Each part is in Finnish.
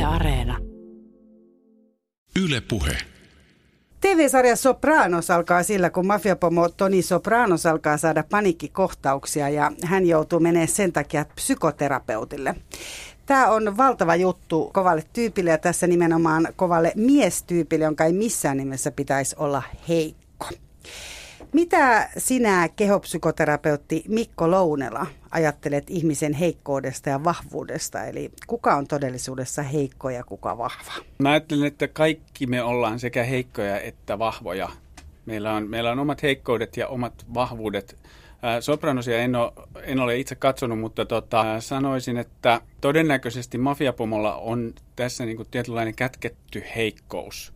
Areena. Yle Puhe. TV-sarja Sopranos alkaa sillä, kun mafiapomo Tony Sopranos alkaa saada paniikkikohtauksia ja hän joutuu menemään sen takia psykoterapeutille. Tämä on valtava juttu kovalle tyypille ja tässä nimenomaan kovalle miestyypille, jonka ei missään nimessä pitäisi olla heikko. Mitä sinä, kehopsykoterapeutti Mikko Lounela, ajattelet ihmisen heikkoudesta ja vahvuudesta? Eli kuka on todellisuudessa heikko ja kuka vahva? Mä ajattelen, että kaikki me ollaan sekä heikkoja että vahvoja. Meillä on omat heikkoudet ja omat vahvuudet. Sopranosia en ole itse katsonut, mutta sanoisin, että todennäköisesti mafiapomolla on tässä niin kuin tietynlainen kätketty heikkous.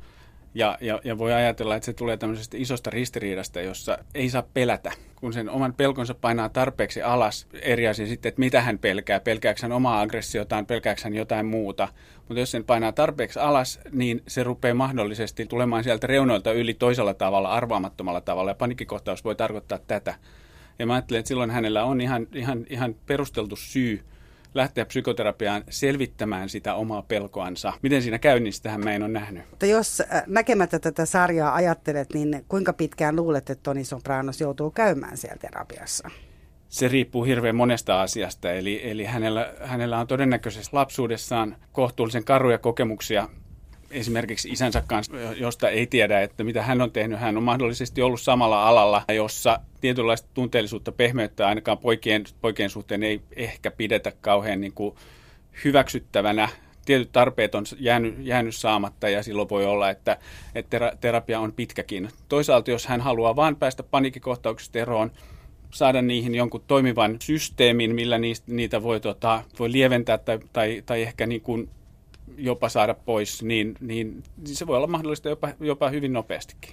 Ja voi ajatella, että se tulee tämmöisestä isosta ristiriidasta, jossa ei saa pelätä. Kun sen oman pelkonsa painaa tarpeeksi alas, eri asia sitten, että mitä hän pelkää. Pelkääkö hän omaa aggressiotaan, pelkääkö hän jotain muuta. Mutta jos sen painaa tarpeeksi alas, niin se rupeaa mahdollisesti tulemaan sieltä reunoilta yli toisella tavalla, arvaamattomalla tavalla. Ja paniikkikohtaus voi tarkoittaa tätä. Ja mä ajattelen, että silloin hänellä on ihan perusteltu syy lähteä psykoterapiaan selvittämään sitä omaa pelkoansa. Miten siinä käy, niin sitähän mä en ole nähnyt. Mutta jos näkemättä tätä sarjaa ajattelet, niin kuinka pitkään luulet, että Tony Sopranos joutuu käymään siellä terapiassa? Se riippuu hirveän monesta asiasta. Eli hänellä on todennäköisesti lapsuudessaan kohtuullisen karuja kokemuksia esimerkiksi isänsä kanssa, josta ei tiedä, että mitä hän on tehnyt. Hän on mahdollisesti ollut samalla alalla, jossa tietynlaista tunteellisuutta, pehmeyttä ainakaan poikien suhteen ei ehkä pidetä kauhean niin kuin hyväksyttävänä. Tietyt tarpeet on jäänyt saamatta ja silloin voi olla, että terapia on pitkäkin. Toisaalta, jos hän haluaa vain päästä paniikkikohtauksista eroon, saada niihin jonkun toimivan systeemin, millä niitä voi lieventää tai ehkä niin kuin jopa saada pois, niin se voi olla mahdollista jopa hyvin nopeastikin.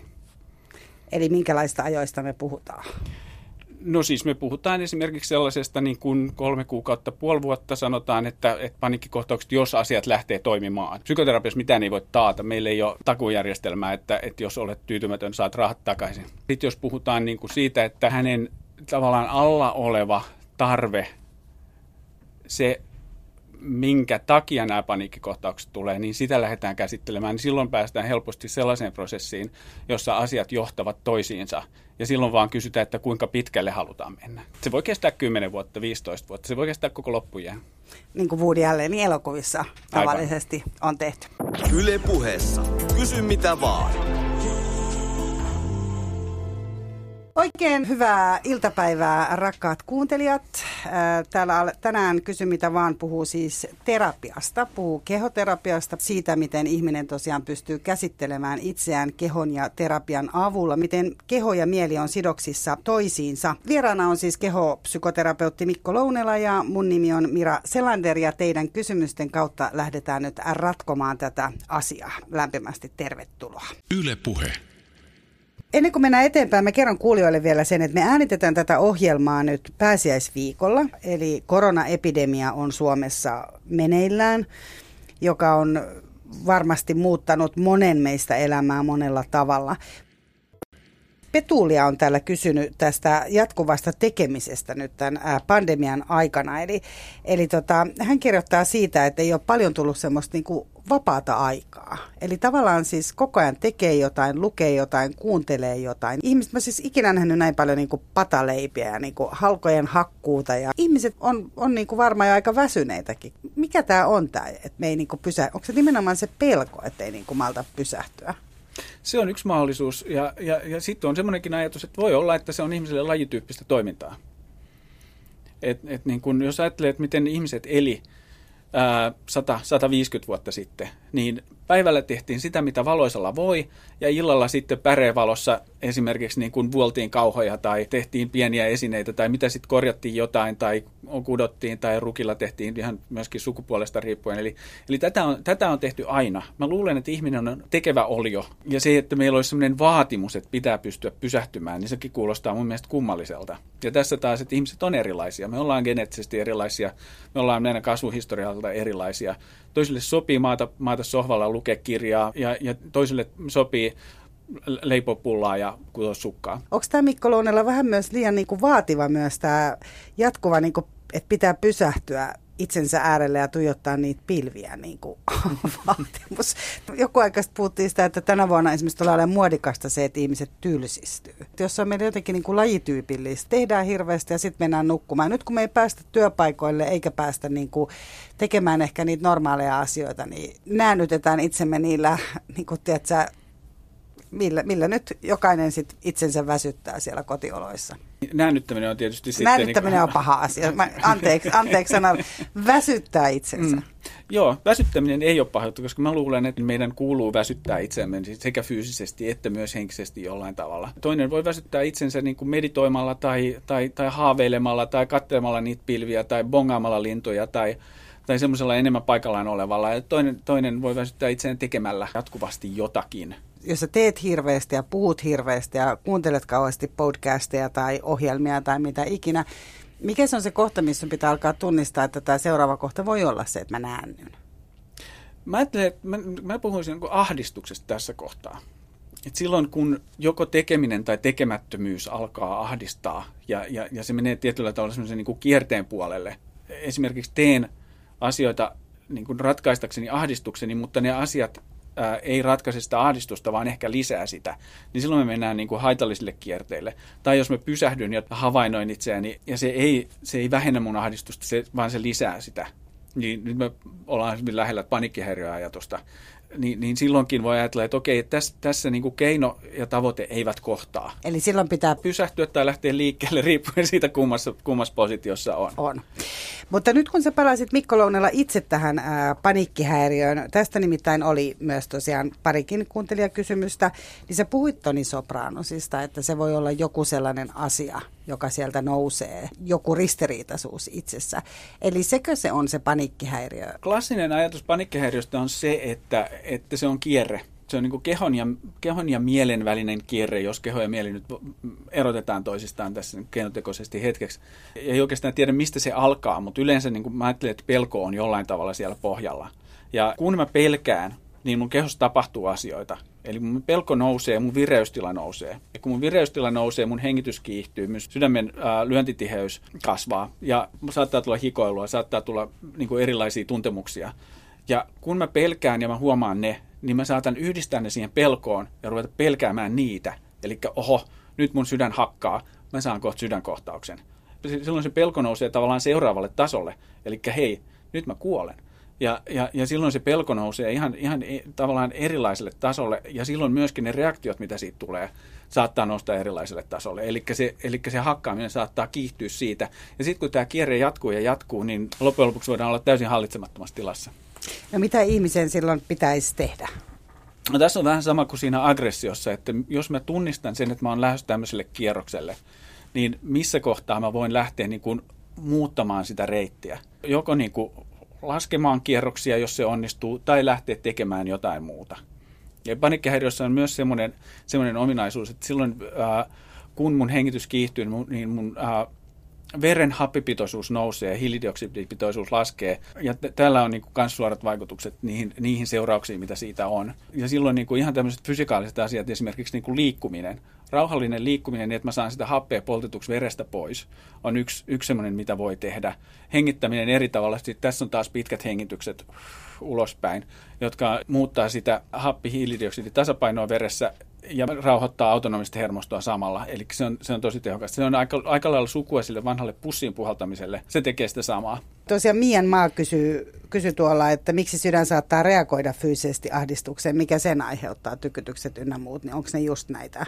Eli minkälaista ajoista me puhutaan? No siis me puhutaan esimerkiksi sellaisesta niin kuin 3 kuukautta, puoli vuotta sanotaan, että paniikkikohtaukset, jos asiat lähtee toimimaan. Psykoterapiassa mitään ei voi taata. Meillä ei ole takuujärjestelmää, että jos olet tyytymätön, saat rahat takaisin. Sitten jos puhutaan niin kuin siitä, että hänen tavallaan alla oleva tarve, se minkä takia nämä paniikkikohtaukset tulee, niin sitä lähdetään käsittelemään. Niin silloin päästään helposti sellaiseen prosessiin, jossa asiat johtavat toisiinsa. Ja silloin vaan kysytään, että kuinka pitkälle halutaan mennä. Se voi kestää 10 vuotta, 15 vuotta. Se voi kestää koko loppujään. Niin kuin Woody Allenin elokuvissa tavallisesti on tehty. Yle Puheessa. Kysy mitä vaan. Oikein hyvää iltapäivää, rakkaat kuuntelijat. Täällä tänään Kysy mitä vaan puhuu siis terapiasta, puhuu kehoterapiasta, siitä miten ihminen tosiaan pystyy käsittelemään itseään kehon ja terapian avulla, miten keho ja mieli on sidoksissa toisiinsa. Vieraana on siis kehopsykoterapeutti Mikko Lounela ja mun nimi on Mira Selander ja teidän kysymysten kautta lähdetään nyt ratkomaan tätä asiaa. Lämpimästi tervetuloa. Yle Puhe. Ennen kuin mennään eteenpäin, mä kerron kuulijoille vielä sen, että me äänitetään tätä ohjelmaa nyt pääsiäisviikolla. Eli koronaepidemia on Suomessa meneillään, joka on varmasti muuttanut monen meistä elämää monella tavalla. Petulia on täällä kysynyt tästä jatkuvasta tekemisestä nyt tämän pandemian aikana. Eli hän kirjoittaa siitä, että ei ole paljon tullut semmoista niin kuin vapaata aikaa. Eli tavallaan siis koko ajan tekee jotain, lukee jotain, kuuntelee jotain. Ihmiset, mä siis ikinä nähnyt näin paljon niin kuin pataleipiä ja niin kuin halkojen hakkuuta. Ja ihmiset on niin kuin varmaan jo aika väsyneitäkin. Mikä tämä on tämä, että me ei niin kuin onko se nimenomaan se pelko, että ei niin kuin malta pysähtyä? Se on yksi mahdollisuus ja sitten on semmoinenkin ajatus, että voi olla, että se on ihmiselle lajityyppistä toimintaa. Et niin kun, jos ajattelee, että miten ihmiset eli 150 vuotta sitten, niin päivällä tehtiin sitä, mitä valoisalla voi, ja illalla sitten pärevalossa esimerkiksi niin kuin vuoltiin kauhoja tai tehtiin pieniä esineitä tai mitä sitten korjattiin jotain tai kudottiin tai rukilla tehtiin ihan myöskin sukupuolesta riippuen. Eli tätä on tehty aina. Mä luulen, että ihminen on tekevä olio ja se, että meillä olisi sellainen vaatimus, että pitää pystyä pysähtymään, niin sekin kuulostaa mun mielestä kummalliselta. Ja tässä taas, että ihmiset on erilaisia. Me ollaan geneettisesti erilaisia, me ollaan meidän kasvuhistorialta erilaisia. Toisille sopii maata sohvalla lukea kirjaa ja toisille sopii leipoa pullaa ja kutoa sukkaa. Onko tämä Mikko Lounela vähän myös liian vaativa myös tämä jatkuva, että pitää pysähtyä itsensä äärelle ja tuijottaa niitä pilviä niin kuin vaatimus. Joku aika puhuttiin sitä, että tänä vuonna esimerkiksi tulee olemaan muodikasta se, että ihmiset tylsistyy. Jos on meillä jotenkin niin kuin lajityypillistä, tehdään hirveästi ja sitten mennään nukkumaan. Nyt kun me ei päästä työpaikoille eikä päästä niin kuin tekemään ehkä niitä normaaleja asioita, niin näännytetään itsemme niillä, niin kuin tiedätkö, millä nyt jokainen sit itsensä väsyttää siellä kotioloissa. Näännyttäminen on tietysti sitten... Näännyttäminen on paha asia. Anteeksi sanan, väsyttää itsensä. Joo, väsyttäminen ei ole paha juttu, koska mä luulen, että meidän kuuluu väsyttää itseämme sekä fyysisesti että myös henkisesti jollain tavalla. Toinen voi väsyttää itsensä niin kuin meditoimalla tai haaveilemalla tai katselemalla niitä pilviä tai bongaamalla lintuja tai semmoisella enemmän paikallaan olevalla. Ja toinen voi väsyttää itseään tekemällä jatkuvasti jotakin. Jos sä teet hirveästi ja puhut hirveästi ja kuuntelet kauheasti podcasteja tai ohjelmia tai mitä ikinä, mikä se on se kohta, missä pitää alkaa tunnistaa, että tämä seuraava kohta voi olla se, että mä näännyn? Mä ajattelen, että mä puhuisin ahdistuksesta tässä kohtaa. Et silloin, kun joko tekeminen tai tekemättömyys alkaa ahdistaa ja se menee tietyllä tavalla semmoisen niin kuin kierteen puolelle. Esimerkiksi teen asioita niin kuin ratkaistakseni ahdistukseni, mutta ne asiat ei ratkaise sitä ahdistusta, vaan ehkä lisää sitä, niin silloin me mennään niin kuin haitallisille kierteille. Tai jos mä pysähdyn ja havainnoin itseäni, ja se ei vähennä mun ahdistusta, vaan se lisää sitä. Niin nyt me ollaan hyvin lähellä paniikkihäiriöajatusta. Niin silloinkin voi ajatella, että okei, tässä niin kuin keino ja tavoite eivät kohtaa. Eli silloin pitää pysähtyä tai lähteä liikkeelle riippuen siitä, kummassa positiossa on. Mutta nyt kun sä palasit Mikko Lounella itse tähän paniikkihäiriöön, tästä nimittäin oli myös tosiaan parikin kuuntelijakysymystä, niin sä puhuit Toni Sopranosista, että se voi olla joku sellainen asia, joka sieltä nousee, joku ristiriitaisuus itsessä. Eli sekö se on se paniikkihäiriö? Klassinen ajatus paniikkihäiriöstä on se, että se on kierre. Se on niin kuin kehon ja mielen välinen kierre, jos keho ja mieli nyt erotetaan toisistaan tässä keinotekoisesti hetkeksi. Ei oikeastaan tiedä, mistä se alkaa, mutta yleensä niin kuin mä ajattelen, että pelko on jollain tavalla siellä pohjalla. Ja kun mä pelkään, niin mun kehossa tapahtuu asioita. Eli mun pelko nousee, mun vireystila nousee. Ja kun mun vireystila nousee, mun hengitys kiihtyy, myös sydämen lyöntitiheys kasvaa. Ja saattaa tulla hikoilua, saattaa tulla niin kuin erilaisia tuntemuksia. Ja kun mä pelkään ja mä huomaan ne, niin mä saatan yhdistää ne siihen pelkoon ja ruveta pelkäämään niitä. Eli nyt mun sydän hakkaa, mä saan kohta sydänkohtauksen. Silloin se pelko nousee tavallaan seuraavalle tasolle. Eli hei, nyt mä kuolen. Ja silloin se pelko nousee ihan tavallaan erilaiselle tasolle, ja silloin myöskin ne reaktiot, mitä siitä tulee, saattaa nousta erilaiselle tasolle. Eli se hakkaaminen saattaa kiihtyä siitä. Ja sitten kun tämä kierre jatkuu, niin loppujen lopuksi voidaan olla täysin hallitsemattomassa tilassa. No mitä ihmisen silloin pitäisi tehdä? No, tässä on vähän sama kuin siinä aggressiossa, että jos mä tunnistan sen, että mä oon lähdössä tämmöiselle kierrokselle, niin missä kohtaa mä voin lähteä niin kuin muuttamaan sitä reittiä. Joko niin kuin laskemaan kierroksia, jos se onnistuu, tai lähteä tekemään jotain muuta. Ja paniikkihäiriössä on myös semmoinen ominaisuus, että silloin kun mun hengitys kiihtyy, niin mun veren happipitoisuus nousee, hiilidioksidipitoisuus laskee, ja tällä on myös suorat vaikutukset niihin seurauksiin, mitä siitä on. Ja silloin ihan tämmöiset fysikaaliset asiat, esimerkiksi liikkuminen, rauhallinen liikkuminen, niin että mä saan sitä happea poltetuksi verestä pois, on yksi semmoinen, mitä voi tehdä. Hengittäminen eri tavalla, sitten tässä on taas pitkät hengitykset ulospäin, jotka muuttaa sitä happi-hiilidioksiditasapainoa veressä ja rauhoittaa autonomista hermostoa samalla. Eli se on tosi tehokasta. Se on aika lailla sukua sille vanhalle pussiin puhaltamiselle. Se tekee sitä samaa. Tosiaan Mian Maa kysyi tuolla, että miksi sydän saattaa reagoida fyysisesti ahdistukseen, mikä sen aiheuttaa, tykytykset ynnä muut, niin onko ne just näitä?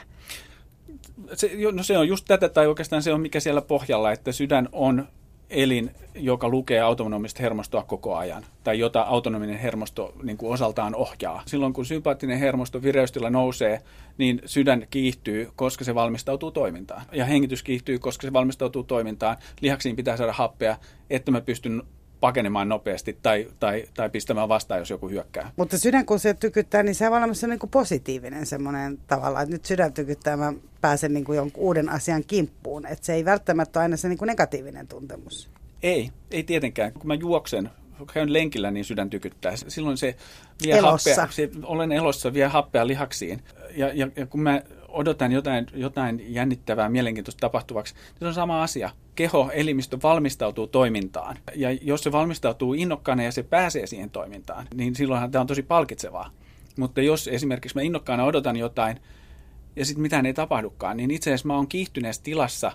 Se on just tätä, tai oikeastaan se on mikä siellä pohjalla, että sydän on elin, joka lukee autonomista hermostoa koko ajan, tai jota autonominen hermosto niin kuin osaltaan ohjaa. Silloin kun sympaattinen hermosto vireystila nousee, niin sydän kiihtyy, koska se valmistautuu toimintaan. Ja hengitys kiihtyy, koska se valmistautuu toimintaan. Lihaksiin pitää saada happea, että mä pystyn pakenemaan nopeasti tai pistämään vastaan, jos joku hyökkää. Mutta sydän, kun se tykyttää, niin se on olemassa niin kuin positiivinen semmoinen tavalla, että nyt sydän tykyttää, mä pääsen niin kuin jonkun uuden asian kimppuun. Että se ei välttämättä ole aina se niin kuin negatiivinen tuntemus. Ei tietenkään. Kun mä juoksen, käyn lenkillä, niin sydän tykyttää. Silloin se vie happea, olen elossa, vie happea lihaksiin. Ja kun mä odotan jotain jännittävää, mielenkiintoista tapahtuvaksi, niin se on sama asia. Keho, elimistö valmistautuu toimintaan. Ja jos se valmistautuu innokkaana ja se pääsee siihen toimintaan, niin silloinhan tämä on tosi palkitsevaa. Mutta jos esimerkiksi mä innokkaana odotan jotain ja sitten mitään ei tapahdukaan, niin itse asiassa mä oon kiihtyneessä tilassa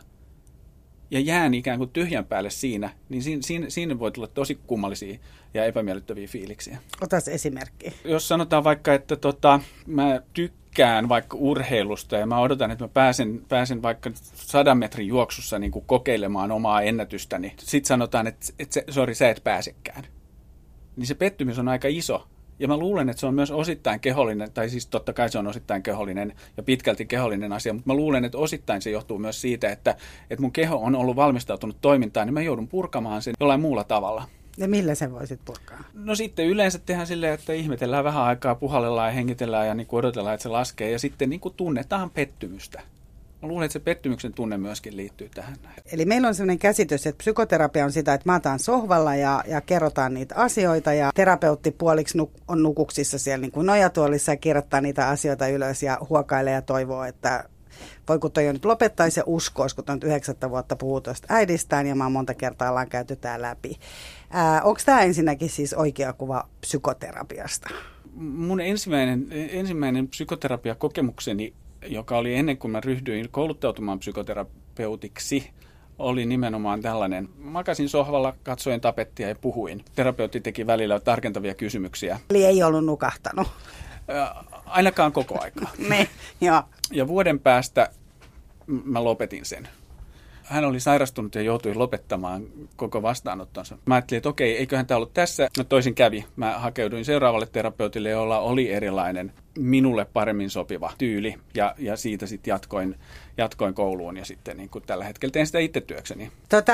ja jään ikään kuin tyhjän päälle siinä, niin siinä voi tulla tosi kummallisia ja epämiellyttäviä fiiliksiä. Otas esimerkki. Jos sanotaan vaikka, että mä tykkään vaikka urheilusta ja mä odotan, että mä pääsen vaikka 100 metrin juoksussa niin kuin kokeilemaan omaa ennätystäni. Sitten sanotaan, että sä et pääsekään. Niin se pettymys on aika iso. Ja mä luulen, että se on myös osittain kehollinen, tai siis totta kai se on osittain kehollinen ja pitkälti kehollinen asia, mutta mä luulen, että osittain se johtuu myös siitä, että mun keho on ollut valmistautunut toimintaan, niin mä joudun purkamaan sen jollain muulla tavalla. Ja millä sen voisit purkaa? No sitten yleensä tehdään silleen, että ihmetellään vähän aikaa, puhallellaan ja hengitellään ja niin kuin odotellaan, että se laskee ja sitten niin kuin tunnetaan pettymystä. Mä luulen, että se pettymyksen tunne myöskin liittyy tähän. Eli meillä on sellainen käsitys, että psykoterapia on sitä, että maataan sohvalla ja kerrotaan niitä asioita ja terapeutti puoliksi on nukuksissa siellä niin kuin nojatuolissa ja kirjoittaa niitä asioita ylös ja huokailee ja toivoo, että voi kun toi jo nyt lopettaisi ja uskoisi, kun on 9 vuotta puhuu tuosta äidistään ja mä monta kertaa ollaan käyty tää läpi. Onko tämä ensinnäkin siis oikea kuva psykoterapiasta? Mun ensimmäinen psykoterapiakokemukseni, joka oli ennen kuin mä ryhdyin kouluttautumaan psykoterapeutiksi, oli nimenomaan tällainen. Makasin sohvalla, katsoin tapettia ja puhuin. Terapeutti teki välillä tarkentavia kysymyksiä. Eli ei ollut nukahtanut? Ainakaan koko aikaa. Joo. Ja vuoden päästä mä lopetin sen. Hän oli sairastunut ja joutui lopettamaan koko vastaanottonsa. Mä ajattelin, että okei, eiköhän tämä ollut tässä. No toisin kävi. Mä hakeuduin seuraavalle terapeutille, jolla oli erilainen, minulle paremmin sopiva tyyli. Ja siitä sitten jatkoin kouluun ja sitten niin kuin tällä hetkellä teen sitä itse työkseni.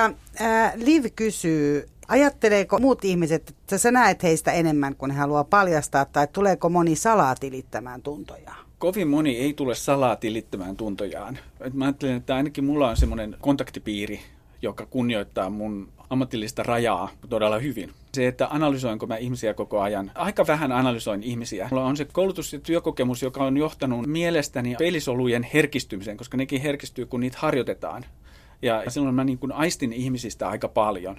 Liv kysyy, ajatteleeko muut ihmiset, että sä näet heistä enemmän kuin he haluaa paljastaa, tai tuleeko moni salaa tilittämään tuntojaan? Kovin moni ei tule salaa tilittämään tuntojaan. Mä ajattelen, että ainakin mulla on semmoinen kontaktipiiri, joka kunnioittaa mun ammatillista rajaa todella hyvin. Se, että analysoinko mä ihmisiä koko ajan. Aika vähän analysoin ihmisiä. Mulla on se koulutus- ja työkokemus, joka on johtanut mielestäni peilisolujen herkistymiseen, koska nekin herkistyy, kun niitä harjoitetaan. Ja silloin mä niin kuin aistin ihmisistä aika paljon,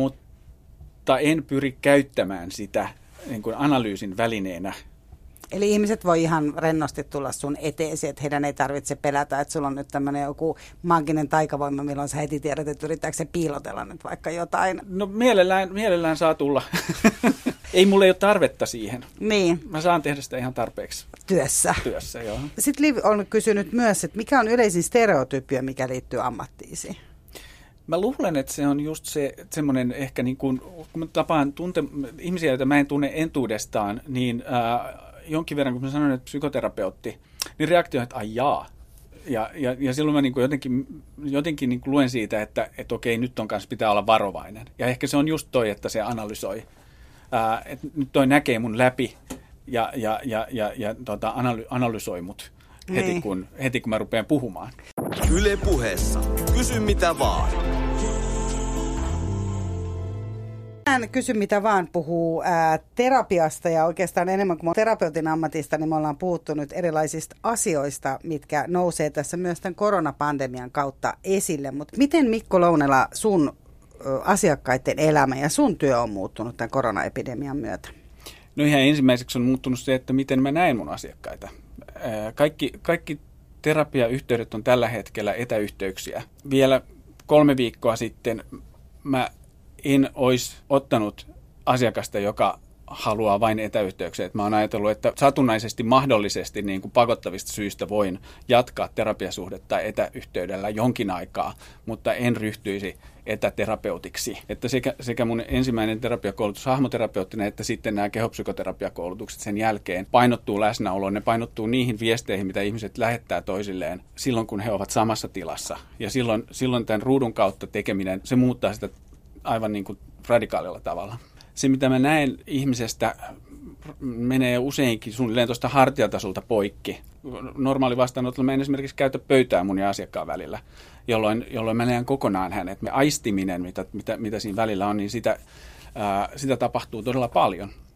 mutta en pyri käyttämään sitä niin kuin analyysin välineenä. Eli ihmiset voi ihan rennosti tulla sun eteesi, että heidän ei tarvitse pelätä, että sulla on nyt tämmöinen joku maaginen taikavoima, milloin sä heti tiedät, että yrittääkö se piilotella nyt vaikka jotain. No mielellään saa tulla. Ei mulle ole tarvetta siihen. Niin. Mä saan tehdä sitä ihan tarpeeksi. Työssä, joo. Sitten Liv on kysynyt myös, että mikä on yleisin stereotypia, mikä liittyy ammattiisi? Mä luulen, että se on just semmoinen ehkä niin kuin, kun mä tapaan ihmisiä, joita mä en tunne entuudestaan, niin jonkin verran, kun mä sanoin, että psykoterapeutti, niin reaktio on, että ai jaa. Ja silloin mä niin kuin jotenkin niin kuin luen siitä, että okei, nyt on kanssa pitää olla varovainen. Ja ehkä se on just toi, että se analysoi. Että nyt toi näkee mun läpi ja analysoi mut heti kun mä rupean puhumaan. Yle Puheessa. Kysy mitä vaan. Kysy mitä vaan puhuu terapiasta ja oikeastaan enemmän kuin terapeutin ammatista, niin me ollaan puhuttu nyt erilaisista asioista, mitkä nousee tässä myös tämän koronapandemian kautta esille. Mutta miten Mikko Lounela sun asiakkaiden elämä ja sun työ on muuttunut tämän koronaepidemian myötä? No ihan ensimmäiseksi on muuttunut se, että miten mä näen mun asiakkaita. Kaikki terapiayhteydet on tällä hetkellä etäyhteyksiä. Vielä 3 viikkoa sitten mä en olisi ottanut asiakasta, joka haluaa vain etäyhteyksiä. Että mä oon ajatellut, että satunnaisesti mahdollisesti niin kuin pakottavista syistä voin jatkaa terapiasuhdetta etäyhteydellä jonkin aikaa, mutta en ryhtyisi etäterapeutiksi. Että sekä mun ensimmäinen terapiakoulutus hahmoterapeuttina, että sitten nämä kehopsykoterapiakoulutukset sen jälkeen painottuu läsnäoloon. Ne painottuu niihin viesteihin, mitä ihmiset lähettää toisilleen silloin, kun he ovat samassa tilassa. Ja silloin tämän ruudun kautta tekeminen, se muuttaa sitä aivan niin kuin radikaalilla tavalla. Se, mitä mä näen ihmisestä, menee useinkin suunnilleen tuosta hartiatasolta poikki. Normaali vastaanotolla mä en esimerkiksi käytä pöytää mun ja asiakkaan välillä, jolloin mä näen kokonaan hänet. Aistiminen, mitä siinä välillä on, niin sitä tapahtuu todella paljon.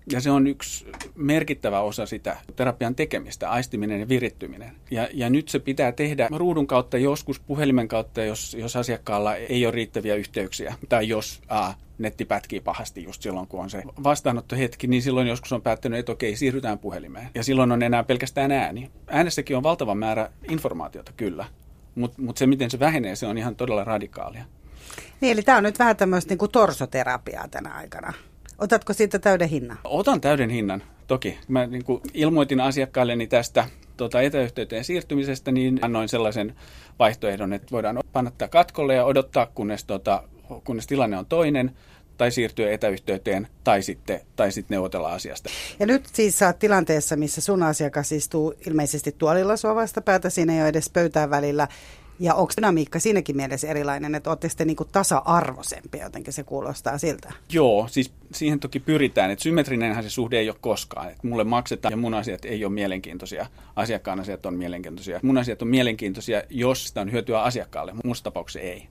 Ja se on yksi merkittävä osa sitä terapian tekemistä, aistiminen ja virittyminen. Ja nyt se pitää tehdä ruudun kautta, joskus puhelimen kautta, jos asiakkaalla ei ole riittäviä yhteyksiä. Tai jos netti pätkii pahasti just silloin, kun on se vastaanottohetki, niin silloin joskus on päättänyt, että okei, siirrytään puhelimeen. Ja silloin on enää pelkästään ääni. Äänessäkin on valtava määrä informaatiota, kyllä. Mutta se, miten se vähenee, se on ihan todella radikaalia. Niin, eli tämä on nyt vähän tämmöistä niin kuin torsoterapiaa tänä aikana. Otatko siitä täyden hinnan? Otan täyden hinnan, toki. Mä niin kuin ilmoitin asiakkailleni tästä etäyhteyteen siirtymisestä, niin annoin sellaisen vaihtoehdon, että voidaan panna tämä katkolle ja odottaa, kunnes tilanne on toinen, tai siirtyä etäyhteyteen, tai sitten neuvotella asiasta. Ja nyt siis sä oot tilanteessa, missä sun asiakas istuu ilmeisesti tuolilla sua vastapäätä, siinä ei ole edes pöytään välillä. Ja onko dynamiikka siinäkin mielessä erilainen, että ootte sitten niinku tasa-arvoisempia, jotenkin se kuulostaa siltä? Joo, siis siihen toki pyritään, että symmetrinenhän se suhde ei ole koskaan. Että mulle maksetaan ja mun asiat ei ole mielenkiintoisia, asiakkaan asiat on mielenkiintoisia. Mun asiat on mielenkiintoisia, jos sitä on hyötyä asiakkaalle, muussa tapauksessa ei.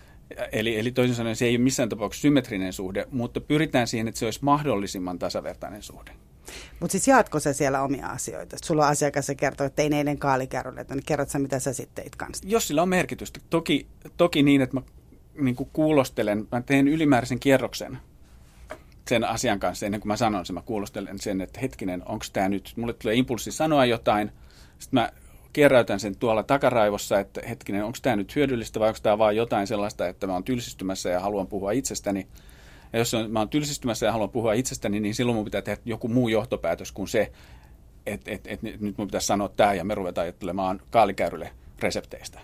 Eli toisin sanoen se ei ole missään tapauksessa symmetrinen suhde, mutta pyritään siihen, että se olisi mahdollisimman tasavertainen suhde. Mutta siis jaatko sä siellä omia asioita? Sulla on asiakas, se kertoo, että ei ne eilen kaalikärrylle, niin kerrot sä, mitä sä sitten teit kanssa? Jos sillä on merkitystä. Toki niin, että mä niin kuin kuulostelen, mä teen ylimääräisen kierroksen sen asian kanssa ennen kuin mä sanon sen. Mä kuulostelen sen, että hetkinen, onko tämä nyt, mulle tulee impulssi sanoa jotain, sitten mä kierräytän sen tuolla takaraivossa, että hetkinen, onko tämä nyt hyödyllistä vai onko tämä vaan jotain sellaista, että mä oon tylsistymässä ja haluan puhua itsestäni. Ja jos mä oon tylsistymässä ja haluan puhua itsestäni, niin silloin mun pitää tehdä joku muu johtopäätös kuin se, että nyt mun pitäisi sanoa tämä ja me ruvetaan ajattelemaan kaalikäyrylle resepteistä.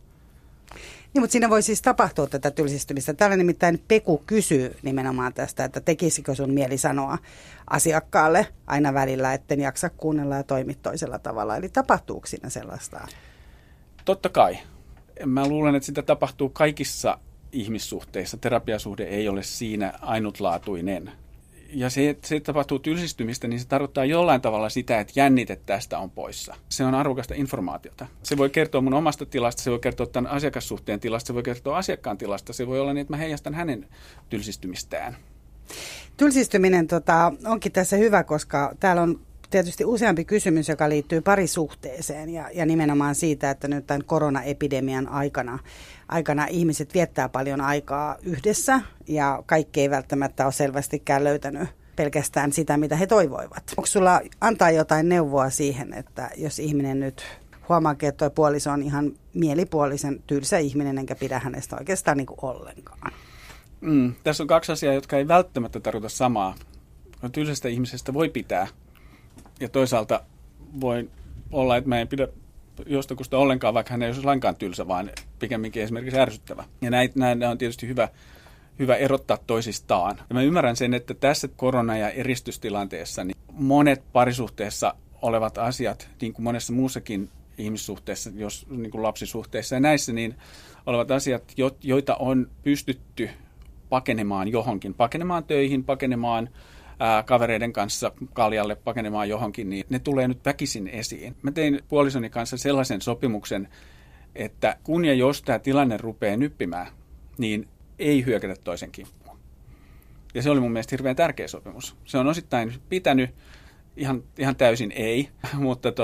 Niin, mutta siinä voi siis tapahtua tätä tylsistymistä. Täällä nimittäin Peku kysyy nimenomaan tästä, että tekisikö sun mieli sanoa asiakkaalle aina välillä, etten jaksa kuunnella ja toimi toisella tavalla. Eli tapahtuuko siinä sellaista? Totta kai. Mä luulen, että sitä tapahtuu kaikissa ihmissuhteissa. Terapiasuhde ei ole siinä ainutlaatuinen. Ja se, että se tapahtuu tylsistymistä, niin se tarkoittaa jollain tavalla sitä, että jännite tästä on poissa. Se on arvokasta informaatiota. Se voi kertoa mun omasta tilasta, se voi kertoa tämän asiakassuhteen tilasta, se voi kertoa asiakkaan tilasta. Se voi olla niin, että mä heijastan hänen tylsistymistään. Tylsistyminen onkin tässä hyvä, koska täällä on tietysti useampi kysymys, joka liittyy parisuhteeseen ja nimenomaan siitä, että nyt tämän koronaepidemian aikana ihmiset viettää paljon aikaa yhdessä ja kaikki ei välttämättä ole selvästikään löytänyt pelkästään sitä, mitä he toivoivat. Onko sulla antaa jotain neuvoa siihen, että jos ihminen nyt huomaakin, että tuo puoliso on ihan mielipuolisen tylsä ihminen, enkä pidä hänestä oikeastaan niin kuin ollenkaan? Tässä on kaksi asiaa, jotka ei välttämättä tarkoita samaa. Tylsästä ihmisestä voi pitää. Ja toisaalta voi olla, että mä en pidä jostakusta ollenkaan, vaikka hän ei olisi lainkaan tylsä, vaan pikemminkin esimerkiksi ärsyttävä. Ja näitä on tietysti hyvä erottaa toisistaan. Ja mä ymmärrän sen, että tässä korona- ja eristystilanteessa niin monet parisuhteessa olevat asiat, niin kuin monessa muussakin ihmissuhteessa, jos niin kuin lapsisuhteissa ja näissä, niin olevat asiat, joita on pystytty pakenemaan johonkin, pakenemaan töihin, pakenemaan kavereiden kanssa kaljalle, pakenemaan johonkin, niin ne tulee nyt väkisin esiin. Mä tein puolisoni kanssa sellaisen sopimuksen, että kun ja jos tämä tilanne rupeaa nyppimään, niin ei hyökätä toisen kimppuun. Ja se oli mun mielestä hirveän tärkeä sopimus. Se on osittain pitänyt, ihan täysin ei, mutta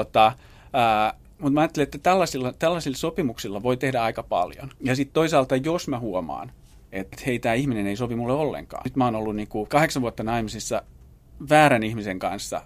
mä ajattelin, että tällaisilla sopimuksilla voi tehdä aika paljon. Ja sitten toisaalta, jos mä huomaan, että hei, tämä ihminen ei sovi mulle ollenkaan. Nyt mä oon ollut 8 vuotta naimisissa väärän ihmisen kanssa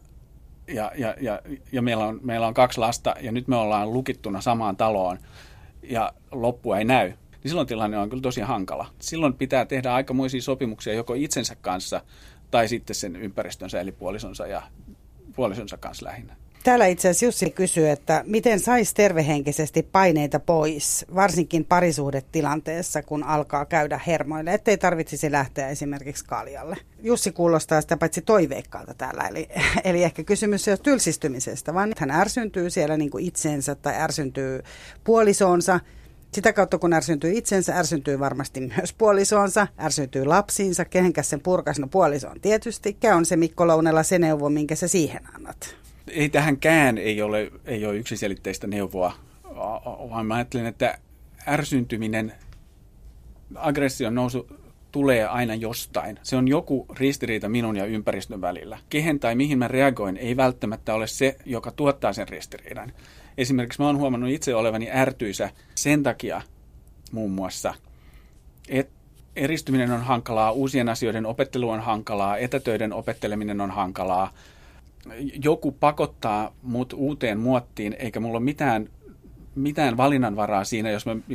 ja meillä on 2 lasta ja nyt me ollaan lukittuna samaan taloon ja loppua ei näy. Niin silloin tilanne on kyllä tosi hankala. Silloin pitää tehdä aikamoisia sopimuksia joko itsensä kanssa tai sitten sen ympäristönsä eli puolisonsa kanssa lähinnä. Täällä itse asiassa Jussi kysyy, että miten saisi tervehenkisesti paineita pois, varsinkin parisuhdetilanteessa, kun alkaa käydä hermoille, ettei tarvitsisi lähteä esimerkiksi kaljalle. Jussi kuulostaa sitä paitsi toiveikkaalta täällä, eli ehkä kysymys ei ole tylsistymisestä, vaan hän ärsyntyy siellä niin kuin itsensä tai ärsyntyy puolisoonsa. Sitä kautta, kun ärsyntyy itsensä, ärsyntyy varmasti myös puolisoonsa, ärsyntyy lapsiinsa, kehenkäs sen purkas, no puolisoon tietysti. Mikä on se Mikko Lounela se neuvo, minkä sä siihen annat? Ei tähänkään ei ole yksiselitteistä neuvoa, vaan mä ajattelen, että ärsyntyminen, aggression nousu tulee aina jostain. Se on joku ristiriita minun ja ympäristön välillä. Kehen tai mihin mä reagoin ei välttämättä ole se, joka tuottaa sen ristiriidan. Esimerkiksi mä oon huomannut itse olevani ärtyisä sen takia muun muassa, että eristyminen on hankalaa, uusien asioiden opettelu on hankalaa, etätöiden opetteleminen on hankalaa. Joku pakottaa mut uuteen muottiin, eikä mulla ole mitään valinnanvaraa siinä,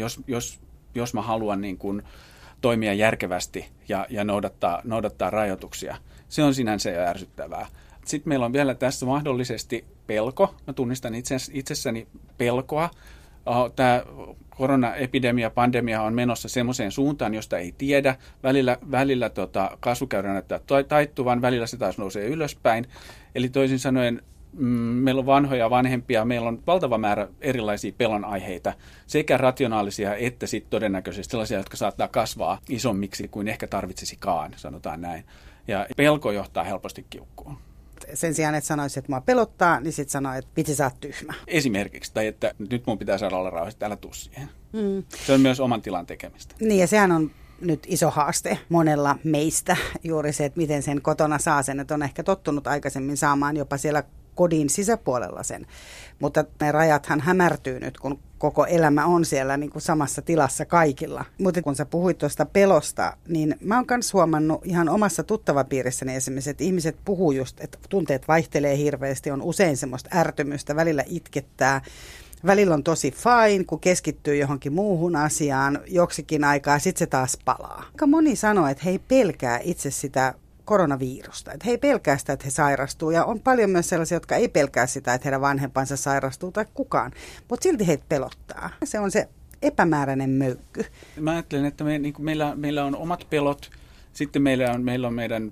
jos mä haluan niin kuin toimia järkevästi ja noudattaa rajoituksia. Se on sinänsä jo ärsyttävää. Sitten meillä on vielä tässä mahdollisesti pelko. Mä tunnistan itsessäni pelkoa. Tämä koronaepidemia, pandemia on menossa semmoiseen suuntaan, josta ei tiedä. Välillä kasvukäyrä näyttää taittuvan, välillä se taas nousee ylöspäin. Eli toisin sanoen meillä on vanhoja vanhempia, meillä on valtava määrä erilaisia pelon aiheita, sekä rationaalisia että sitten todennäköisesti sellaisia, jotka saattaa kasvaa isommiksi kuin ehkä tarvitsisikaan, sanotaan näin. Ja pelko johtaa helposti kiukkuun. Sen sijaan, että sanoisit, että mua pelottaa, niin sitten sanoo, että vitsi sä oot tyhmä. Esimerkiksi, tai että nyt mun pitää saada olla rauhassa, älä tuu siihen. Se on myös oman tilan tekemistä. Niin, ja sehän on nyt iso haaste monella meistä, juuri se, että miten sen kotona saa sen, että on ehkä tottunut aikaisemmin saamaan jopa siellä kodin sisäpuolella sen. Mutta ne rajathan hämärtyy nyt, kun koko elämä on siellä niin kuin samassa tilassa kaikilla. Mutta kun sä puhuit tuosta pelosta, niin mä oon myös huomannut ihan omassa tuttavapiirissäni esimerkiksi, että ihmiset puhuu just, että tunteet vaihtelee hirveästi, on usein semmoista ärtymystä, välillä itkettää. Välillä on tosi fine, kun keskittyy johonkin muuhun asiaan joksikin aikaa, sitten se taas palaa. Aika moni sanoo, että he ei pelkää itse sitä koronavirusta. Että he ei pelkää sitä, että he sairastuu. Ja on paljon myös sellaisia, jotka ei pelkää sitä, että heidän vanhempansa sairastuu tai kukaan. Mutta silti heitä pelottaa. Se on se epämääräinen möykky. Mä ajattelen, että meillä on omat pelot. Sitten meillä on meidän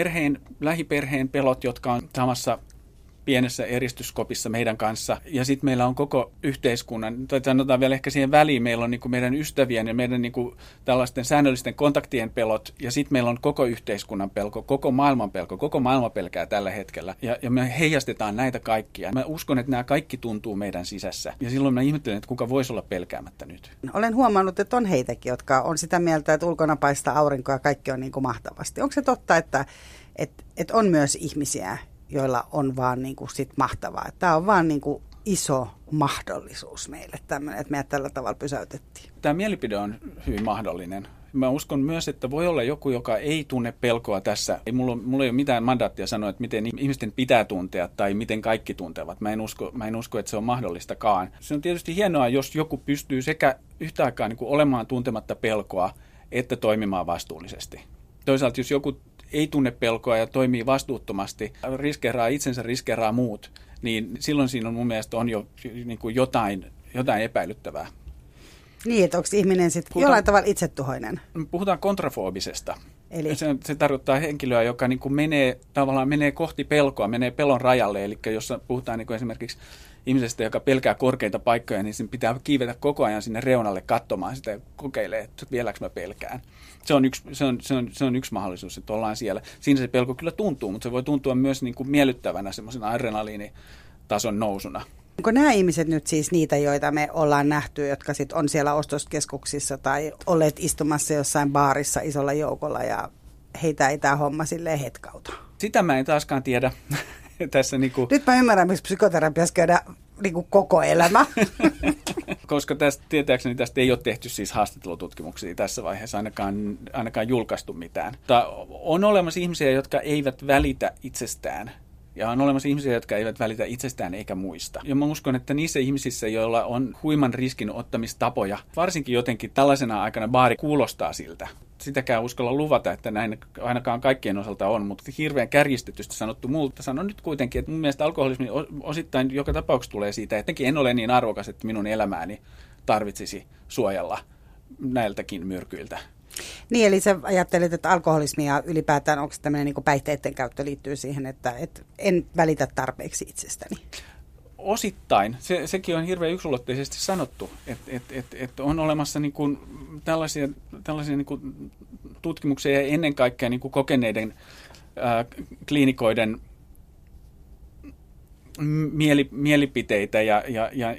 lähiperheen pelot, jotka on samassa pienessä eristyskopissa meidän kanssa. Ja sitten meillä on koko yhteiskunnan, tai sanotaan vielä ehkä siihen väliin, meillä on meidän ystävien ja meidän tällaisten säännöllisten kontaktien pelot. Ja sitten meillä on koko yhteiskunnan pelko, koko maailman pelko, koko maailma pelkää tällä hetkellä. Ja me heijastetaan näitä kaikkia. Mä uskon, että nämä kaikki tuntuu meidän sisässä. Ja silloin mä ihmettelen, että kuka voisi olla pelkäämättä nyt. Olen huomannut, että on heitäkin, jotka on sitä mieltä, että ulkona paistaa aurinkoa ja kaikki on mahtavasti. Onko se totta, että on myös ihmisiä, joilla on vaan sit mahtavaa. Tämä on vaan iso mahdollisuus meille tämmöinen, että meidät tällä tavalla pysäytettiin. Tämä mielipide on hyvin mahdollinen. Mä uskon myös, että voi olla joku, joka ei tunne pelkoa tässä. Mulla ei ole mitään mandaattia sanoa, että miten ihmisten pitää tuntea tai miten kaikki tuntevat. Mä en usko, että se on mahdollistakaan. Se on tietysti hienoa, jos joku pystyy sekä yhtä aikaa olemaan tuntematta pelkoa että toimimaan vastuullisesti. Toisaalta jos joku ei tunne pelkoa ja toimii vastuuttomasti, riskeeraa itsensä, riskeeraa muut, niin silloin siinä on mun mielestä on jo jotain epäilyttävää. Niin, että onko ihminen sitten jollain tavalla itsetuhoinen? Puhutaan kontrafoobisesta. Eli? Se tarkoittaa henkilöä, joka menee kohti pelkoa, menee pelon rajalle. Eli jos puhutaan esimerkiksi ihmisestä, joka pelkää korkeita paikkoja, niin sen pitää kiivetä koko ajan sinne reunalle katsomaan sitä ja kokeilee, että vieläkö mä pelkään. Se on yksi mahdollisuus, että ollaan siellä. Siinä se pelko kyllä tuntuu, mutta se voi tuntua myös miellyttävänä semmoisena adrenaliinitason nousuna. Onko nämä ihmiset nyt siis niitä, joita me ollaan nähty, jotka sit on siellä ostoskeskuksissa tai olleet istumassa jossain baarissa isolla joukolla ja heitä ei tämä homma silleen hetkauta? Sitä mä en taaskaan tiedä. Tässä Nyt mä ymmärrän, miksi psykoterapiassa käydään koko elämä. Koska tietääkseni tästä ei ole tehty siis haastattelututkimuksia tässä vaiheessa, ainakaan julkaistu mitään. Mutta on olemassa ihmisiä, jotka eivät välitä itsestään. Ja on olemassa ihmisiä, jotka eivät välitä itsestään eikä muista. Ja mä uskon, että niissä ihmisissä, joilla on huiman riskin ottamistapoja, varsinkin jotenkin tällaisena aikana baari kuulostaa siltä. Sitäkään uskalla luvata, että näin ainakaan kaikkien osalta on, mutta hirveän kärjistetysti sanottu multa. Sanon nyt kuitenkin, että mun mielestä alkoholismi osittain joka tapauksessa tulee siitä, että en ole niin arvokas, että minun elämääni tarvitsisi suojella näiltäkin myrkyiltä. Niin, eli sä ajattelet, että alkoholismi ja ylipäätään onko tämmöinen päihteiden käyttö liittyy siihen, että en välitä tarpeeksi itsestäni? Osittain. Sekin on hirveän yksulotteisesti sanottu, että on olemassa tällaisia tutkimuksia ja ennen kaikkea kokeneiden kliinikoiden mielipiteitä ja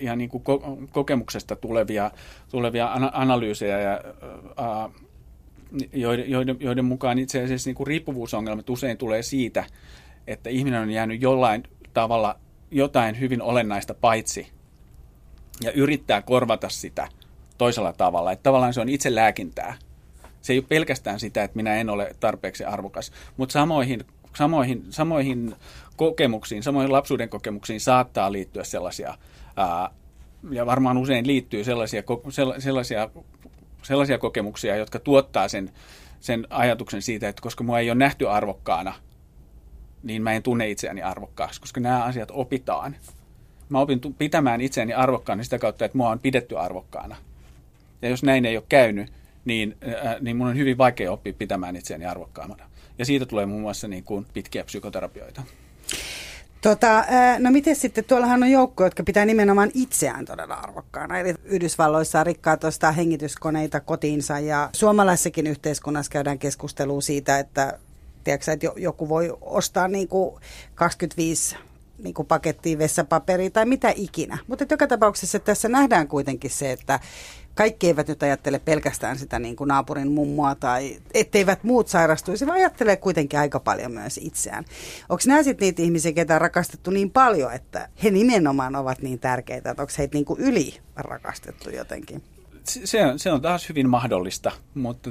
kokemuksesta tulevia analyysejä ja joiden mukaan itse asiassa niin kuin riippuvuusongelmat usein tulee siitä, että ihminen on jäänyt jollain tavalla jotain hyvin olennaista paitsi ja yrittää korvata sitä toisella tavalla. Että tavallaan se on itse lääkintää. Se ei ole pelkästään sitä, että minä en ole tarpeeksi arvokas, mutta samoihin kokemuksiin, samoihin lapsuuden kokemuksiin saattaa liittyä sellaisia, ja varmaan usein liittyy sellaisia kokemuksia, jotka tuottaa sen ajatuksen siitä, että koska mua ei ole nähty arvokkaana, niin mä en tunne itseäni arvokkaaksi, koska nämä asiat opitaan. Mä opin pitämään itseäni arvokkaana sitä kautta, että mua on pidetty arvokkaana. Ja jos näin ei ole käynyt, niin mun on hyvin vaikea oppia pitämään itseäni arvokkaamana. Ja siitä tulee muun muassa niin kuin pitkiä psykoterapioita. No miten sitten, tuollahan on joukko, jotka pitää nimenomaan itseään todella arvokkaana. Eli Yhdysvalloissa rikkaat ostaa hengityskoneita kotiinsa ja suomalaisessakin yhteiskunnassa käydään keskustelua siitä, että, tiedätkö, että joku voi ostaa niin kuin 25 niin kuin pakettia vessapaperia tai mitä ikinä. Mutta joka tapauksessa tässä nähdään kuitenkin se, että kaikki eivät nyt ajattele pelkästään sitä niin kuin naapurin mummoa tai etteivät muut sairastuisi, vaan ajattelee kuitenkin aika paljon myös itseään. Onko nämä sitten niitä ihmisiä, ketä on rakastettu niin paljon, että he nimenomaan ovat niin tärkeitä, että onko heitä niin kuin yli rakastettu jotenkin? Se on taas hyvin mahdollista, mutta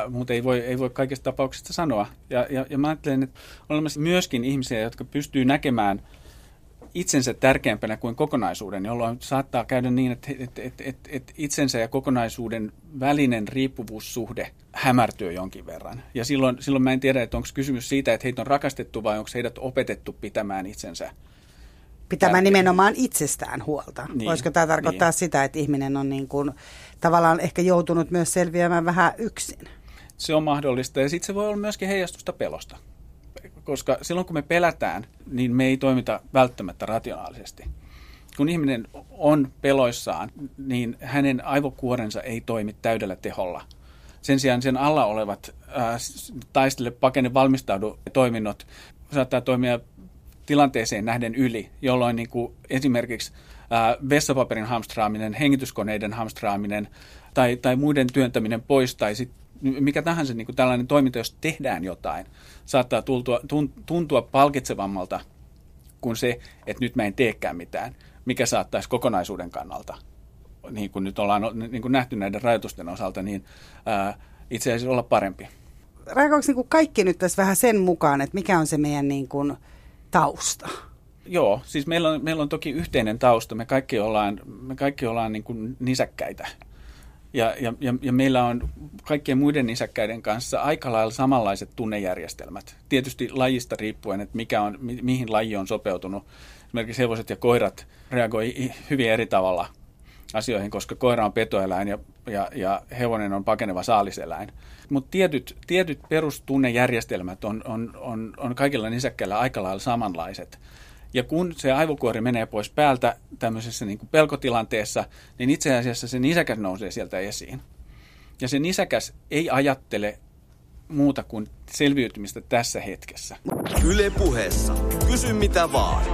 ei voi kaikista tapauksista sanoa. Ja mä ajattelen, että on olemassa myöskin ihmisiä, jotka pystyy näkemään itsensä tärkeämpänä kuin kokonaisuuden, jolloin saattaa käydä niin, että itsensä ja kokonaisuuden välinen riippuvuussuhde hämärtyy jonkin verran. Ja silloin mä en tiedä, että onko kysymys siitä, että heitä on rakastettu vai onko heidät opetettu pitämään itsensä. Pitämään nimenomaan itsestään huolta. Niin, voisiko tämä tarkoittaa sitä, että ihminen on niin kuin tavallaan ehkä joutunut myös selviämään vähän yksin? Se on mahdollista ja sitten se voi olla myöskin heijastusta pelosta. Koska silloin kun me pelätään, niin me ei toimita välttämättä rationaalisesti. Kun ihminen on peloissaan, niin hänen aivokuorensa ei toimi täydellä teholla. Sen sijaan sen alla olevat taistele, pakene, valmistaudu toiminnot saattaa toimia tilanteeseen nähden yli, jolloin niin kuin esimerkiksi vessapaperin hamstraaminen, hengityskoneiden hamstraaminen tai muiden työntäminen pois tai sitten mikä tahansa niin kuin tällainen toiminta, jos tehdään jotain, saattaa tuntua palkitsevammalta kuin se, että nyt mä en teekään mitään, mikä saattaisi kokonaisuuden kannalta, niin kuin nyt ollaan niin kuin nähty näiden rajoitusten osalta, niin itse asiassa olla parempi. Onko niin kuin kaikki nyt tässä vähän sen mukaan, että mikä on se meidän niin kuin tausta? Joo, siis meillä on toki yhteinen tausta, me kaikki ollaan niin kuin nisäkkäitä. Ja meillä on kaikkien muiden nisäkkäiden kanssa aika lailla samanlaiset tunnejärjestelmät. Tietysti lajista riippuen, että mihin laji on sopeutunut. Esimerkiksi hevoset ja koirat reagoi hyvin eri tavalla asioihin, koska koira on petoeläin ja hevonen on pakeneva saaliseläin. Mutta tietyt perustunnejärjestelmät on kaikilla nisäkkäillä aika lailla samanlaiset. Ja kun se aivokuori menee pois päältä tämmöisessä niin kuin pelkotilanteessa, niin itse asiassa se nisäkäs nousee sieltä esiin. Ja se nisäkäs ei ajattele muuta kuin selviytymistä tässä hetkessä. Yle Puheessa. Kysy mitä vaan.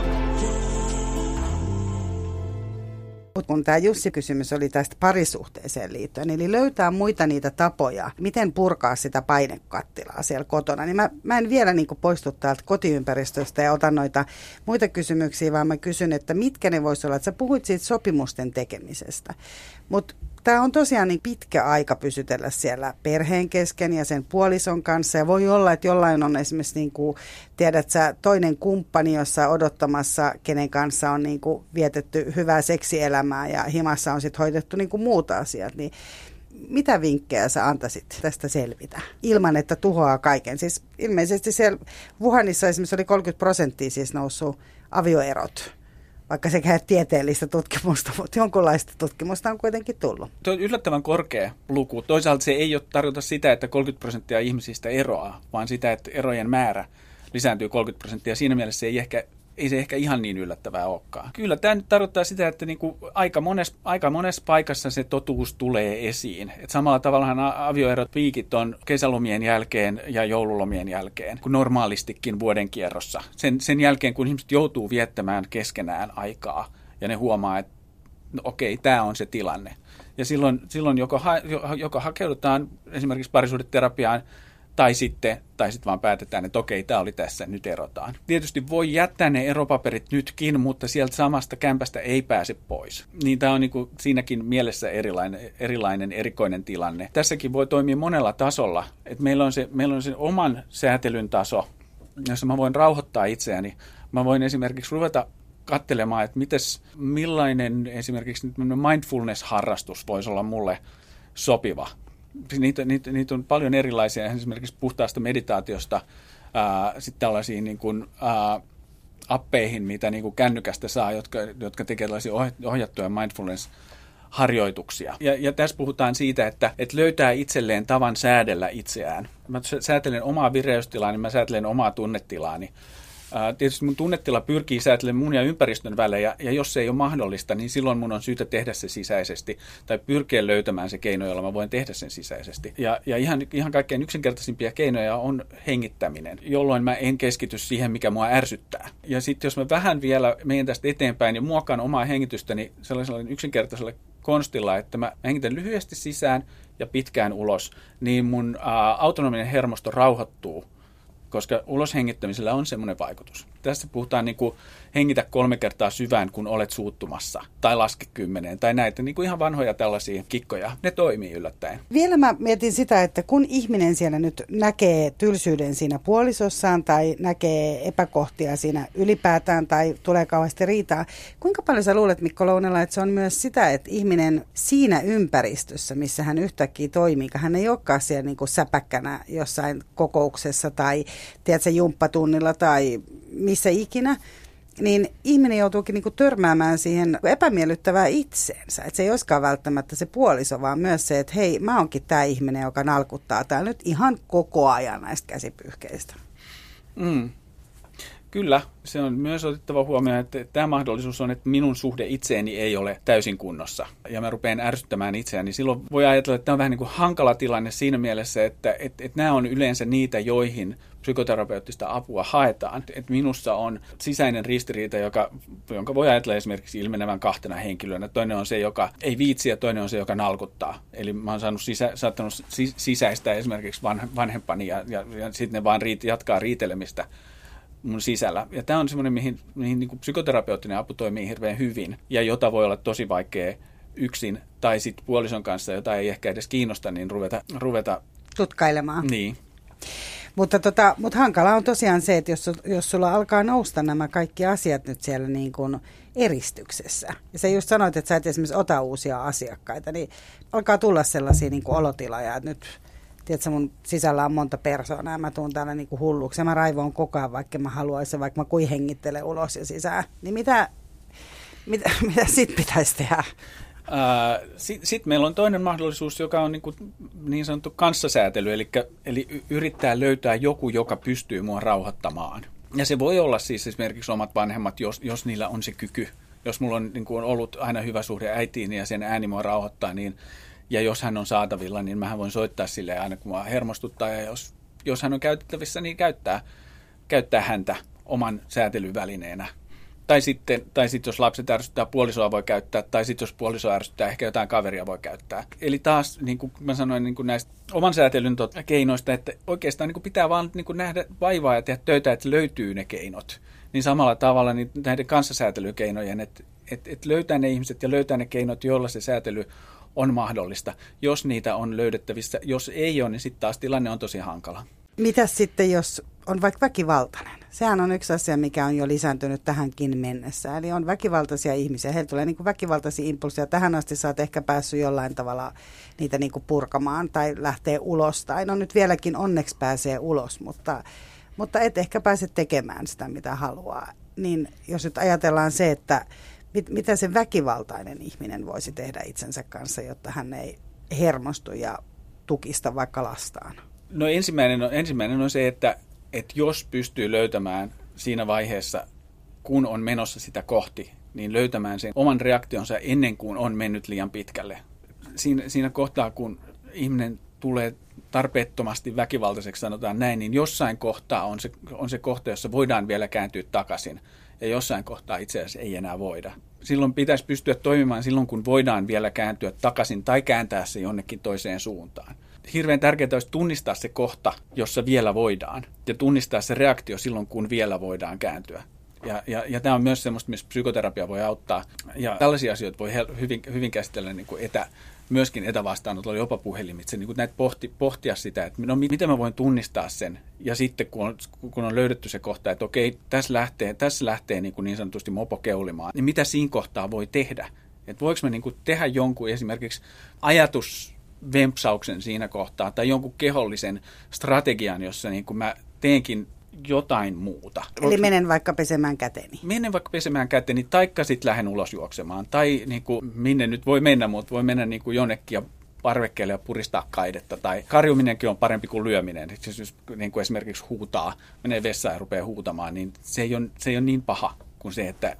Kun tämä Jussi-kysymys oli tästä parisuhteeseen liittyen, eli löytää muita niitä tapoja, miten purkaa sitä painekattilaa siellä kotona, niin mä en vielä niin kuin poistu täältä kotiympäristöstä ja otan noita muita kysymyksiä, vaan mä kysyn, että mitkä ne voisi olla, että sä puhuit siitä sopimusten tekemisestä, mutta tämä on tosiaan niin pitkä aika pysytellä siellä perheen kesken ja sen puolison kanssa. Ja voi olla, että jollain on esimerkiksi, niin kuin, tiedät sä, toinen kumppani, jossa odottamassa, kenen kanssa on niin kuin vietetty hyvää seksielämää ja himassa on sitten hoidettu niin kuin muut asiat. Niin mitä vinkkejä sä antaisit tästä selvitä ilman, että tuhoaa kaiken? Siis ilmeisesti siellä Wuhanissa esimerkiksi oli 30% siis noussut avioerot. Vaikka sekä ei tieteellistä tutkimusta, mutta jonkunlaista tutkimusta on kuitenkin tullut. Tuo on yllättävän korkea luku. Toisaalta se ei ole tarkoita sitä, että 30% ihmisistä eroaa, vaan sitä, että erojen määrä lisääntyy 30%. Siinä mielessä ei se ehkä ihan niin yllättävää olekaan. Kyllä tämä nyt tarkoittaa sitä, että niin kuin aika monessa paikassa se totuus tulee esiin. Et samalla tavallahan avioerot piikit on kesälomien jälkeen ja joululomien jälkeen, kuin normaalistikin vuoden kierrossa. Sen jälkeen, kun ihmiset joutuu viettämään keskenään aikaa ja ne huomaa, että no okei, tämä on se tilanne. Ja silloin joko hakeudutaan esimerkiksi parisuhdeterapiaan, tai sitten vaan päätetään, että okei, tämä oli tässä, nyt erotaan. Tietysti voi jättää ne eropaperit nytkin, mutta sieltä samasta kämpästä ei pääse pois. Niin tämä on niin kuin siinäkin mielessä erikoinen tilanne. Tässäkin voi toimia monella tasolla. Et meillä on se oman säätelyn taso, jossa mä voin rauhoittaa itseäni. Mä voin esimerkiksi ruveta katselemaan, että millainen esimerkiksi mindfulness-harrastus voisi olla mulle sopiva. Niitä on paljon erilaisia, esimerkiksi puhtaasta meditaatiosta sitten tällaisiin niin kuin, appeihin, mitä niin kuin kännykästä saa, jotka tekevät tällaisia ohjattuja mindfulness-harjoituksia. Ja tässä puhutaan siitä, että löytää itselleen tavan säädellä itseään. Mä säätelen omaa vireystilaa, niin mä säätelen omaa tunnetilaani. Tietysti mun tunnetila pyrkii säätelemään mun ja ympäristön välejä, ja jos se ei ole mahdollista, niin silloin mun on syytä tehdä se sisäisesti, tai pyrkiä löytämään se keino, jolla mä voin tehdä sen sisäisesti. Ja ihan kaikkein yksinkertaisimpia keinoja on hengittäminen, jolloin mä en keskity siihen, mikä mua ärsyttää. Ja sitten jos mä vähän vielä menen tästä eteenpäin ja muokaan omaa hengitystäni sellaisella yksinkertaisella konstilla, että mä hengitän lyhyesti sisään ja pitkään ulos, niin mun autonominen hermosto rauhoittuu, koska uloshengittämisellä on semmoinen vaikutus. Tässä puhutaan niin kuin hengitä 3 kertaa syvään, kun olet suuttumassa, tai laske 10, tai näitä niin kuin ihan vanhoja tällaisia kikkoja. Ne toimii yllättäen. Vielä mä mietin sitä, että kun ihminen siellä nyt näkee tylsyyden siinä puolisossaan, tai näkee epäkohtia siinä ylipäätään, tai tulee kauheasti riitaa, kuinka paljon sä luulet, Mikko Lounela, että se on myös sitä, että ihminen siinä ympäristössä, missä hän yhtäkkiä toimii, hän ei olekaan siellä niin kuin säpäkkänä jossain kokouksessa, tai tiedätkö, jumppatunnilla, tai missä ikinä, niin ihminen joutuukin niinku törmäämään siihen epämiellyttävään itseensä. Että se ei olisikaan välttämättä se puoliso, vaan myös se, että hei, mä oonkin tämä ihminen, joka nalkuttaa täällä nyt ihan koko ajan näistä käsipyyhkeistä. Kyllä, se on myös otettava huomioon, että tämä mahdollisuus on, että minun suhde itseeni ei ole täysin kunnossa. Ja mä rupean ärsyttämään itseäni, niin silloin voi ajatella, että tämä on vähän niin kuin hankala tilanne siinä mielessä, että nämä on yleensä niitä, joihin psykoterapeuttista apua haetaan. Että minussa on sisäinen ristiriita, jonka voi ajatella esimerkiksi ilmenevän 2 henkilönä. Toinen on se, joka ei viitsi, ja toinen on se, joka nalkuttaa. Eli mä oon saattanut sisäistää esimerkiksi vanhempani, ja sitten ne vaan jatkaa riitelemistä mun sisällä. Ja tämä on semmoinen, mihin niin kuin psykoterapeuttinen apu toimii hirveän hyvin, ja jota voi olla tosi vaikea yksin, tai sitten puolison kanssa, jota ei ehkä edes kiinnosta, niin ruveta tutkailemaan. Niin. Mutta hankala on tosiaan se, että jos sulla alkaa nousta nämä kaikki asiat nyt siellä niin kuin eristyksessä, ja sä just sanoit, että sä et esimerkiksi ota uusia asiakkaita, niin alkaa tulla sellaisia niin kuin olotiloja, että nyt tiedätkö, mun sisällä on monta persoonaa ja mä tuun täällä niin kuin hulluksi ja mä raivoon koko ajan, vaikka mä haluaisin, vaikka mä kuin hengittelen ulos ja sisään. Niin mitä sit pitäisi tehdä? Sitten meillä on toinen mahdollisuus, joka on niin sanottu kanssasäätely, eli yrittää löytää joku, joka pystyy mua rauhoittamaan. Ja se voi olla siis esimerkiksi omat vanhemmat, jos niillä on se kyky. Jos mulla on, niin kuin on ollut aina hyvä suhde äitiin ja sen ääni mua rauhoittaa, niin, ja jos hän on saatavilla, niin mähän voin soittaa sille aina, kun mua hermostuttaa. Ja jos hän on käytettävissä, niin käyttää häntä oman säätelyvälineenä. Tai sitten jos lapset ärsyttää, puolisoa voi käyttää, tai sitten jos puoliso ärsyttää, ehkä jotain kaveria voi käyttää. Eli taas, niin kuin mä sanoin niin kuin näistä oman säätelyn keinoista, että oikeastaan niin kuin pitää vaan niin kuin nähdä vaivaa ja tehdä töitä, että löytyy ne keinot. Niin samalla tavalla niin näiden kanssasäätelykeinojen, että löytää ne ihmiset ja löytää ne keinot, joilla se säätely on mahdollista. Jos niitä on löydettävissä, jos ei ole, niin sitten taas tilanne on tosi hankala. Mitäs sitten, jos on vaikka väkivaltainen? Sehän on yksi asia, mikä on jo lisääntynyt tähänkin mennessä. Eli on väkivaltaisia ihmisiä. Heillä tulee niin kuin väkivaltaisia impulseja. Tähän asti sä oot ehkä päässyt jollain tavalla niitä niin kuin purkamaan tai lähtee ulos. Tai no nyt vieläkin onneksi pääsee ulos, mutta et ehkä pääse tekemään sitä, mitä haluaa. Niin jos nyt ajatellaan se, että mitä se väkivaltainen ihminen voisi tehdä itsensä kanssa, jotta hän ei hermostu ja tukista vaikka lastaan. No ensimmäinen on se, että jos pystyy löytämään siinä vaiheessa, kun on menossa sitä kohti, niin löytämään sen oman reaktionsa ennen kuin on mennyt liian pitkälle. Siinä kohtaa, kun ihminen tulee tarpeettomasti väkivaltaiseksi, sanotaan näin, niin jossain kohtaa on se kohta, jossa voidaan vielä kääntyä takaisin. Ja jossain kohtaa itse asiassa ei enää voida. silloin pitäisi pystyä toimimaan silloin, kun voidaan vielä kääntyä takaisin tai kääntää se jonnekin toiseen suuntaan. Hirveän tärkeää olisi tunnistaa se kohta, jossa vielä voidaan, ja tunnistaa se reaktio silloin, kun vielä voidaan kääntyä. Ja tämä on myös semmoista, missä psykoterapia voi auttaa. Ja tällaisia asioita voi hyvin käsitellä niin kuin myöskin etävastaanotolla, jopa puhelimitse. Niin näitä pohtia sitä, että no, miten mä voin tunnistaa sen. Ja sitten kun on löydetty se kohta, että okei, tässä lähtee niin sanotusti mopo keulimaan, niin mitä siinä kohtaa voi tehdä? Että voiko mä niin kuin tehdä jonkun esimerkiksi ajatusvempsauksen siinä kohtaa tai jonkun kehollisen strategian, jossa niin kuin mä teenkin jotain muuta. Eli menen vaikka pesemään käteni. Menen vaikka pesemään käteni, taikka sitten lähden ulos juoksemaan. Tai niin kuin, minne nyt voi mennä, mutta voi mennä niin kuin jonnekin ja parvekkeelle ja puristaa kaidetta. Tai karjuminenkin on parempi kuin lyöminen. Jos niin kuin esimerkiksi huutaa, menee vessaan ja rupeaa huutamaan, niin se ei ole niin paha kuin se, että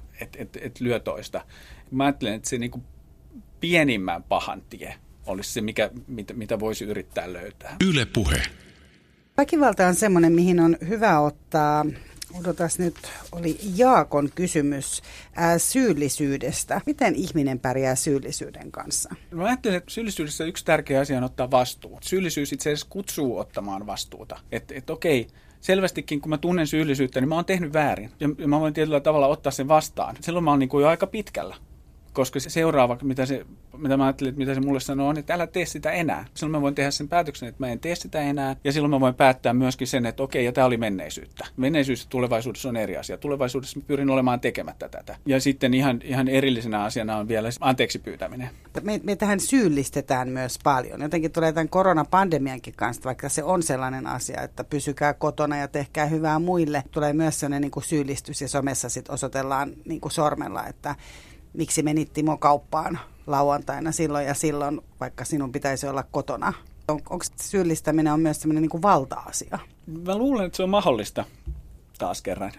lyö toista. Mä ajattelen, että se niin kuin pienimmän pahan tie olisi se, mitä voisi yrittää löytää. Yle Puhe. Väkivalta on semmoinen, mihin on hyvä ottaa, odotas nyt, oli Jaakon kysymys syyllisyydestä. Miten ihminen pärjää syyllisyyden kanssa? Mä ajattelen, että syyllisyydessä yksi tärkeä asia on ottaa vastuu. Syyllisyys itse asiassa kutsuu ottamaan vastuuta. Että okei, selvästikin kun mä tunnen syyllisyyttä, niin mä oon tehnyt väärin. Ja mä voin tietyllä tavalla ottaa sen vastaan. Silloin mä oon niin kuin jo aika pitkällä. Koska se seuraava, mitä mä ajattelin, mitä se mulle sanoo, on, että älä tee sitä enää. Silloin mä voin tehdä sen päätöksen, että mä en tee sitä enää. Ja silloin mä voin päättää myöskin sen, että okei, ja tämä oli menneisyyttä. Menneisyys tulevaisuudessa on eri asia. Tulevaisuudessa mä pyrin olemaan tekemättä tätä. Ja sitten ihan erillisenä asiana on vielä anteeksi pyytäminen. Me tähän syyllistetään myös paljon. Jotenkin tulee tämän koronapandemiankin kanssa, vaikka se on sellainen asia, että pysykää kotona ja tehkää hyvää muille. Tulee myös sellainen niin kuin syyllistys ja somessa sitten osoitellaan niin kuin sormella, että miksi menit Timo kauppaan lauantaina silloin ja silloin, vaikka sinun pitäisi olla kotona? Onko syyllistäminen on myös sellainen niin kuin valta-asia? Mä luulen, että se on mahdollista taas kerran.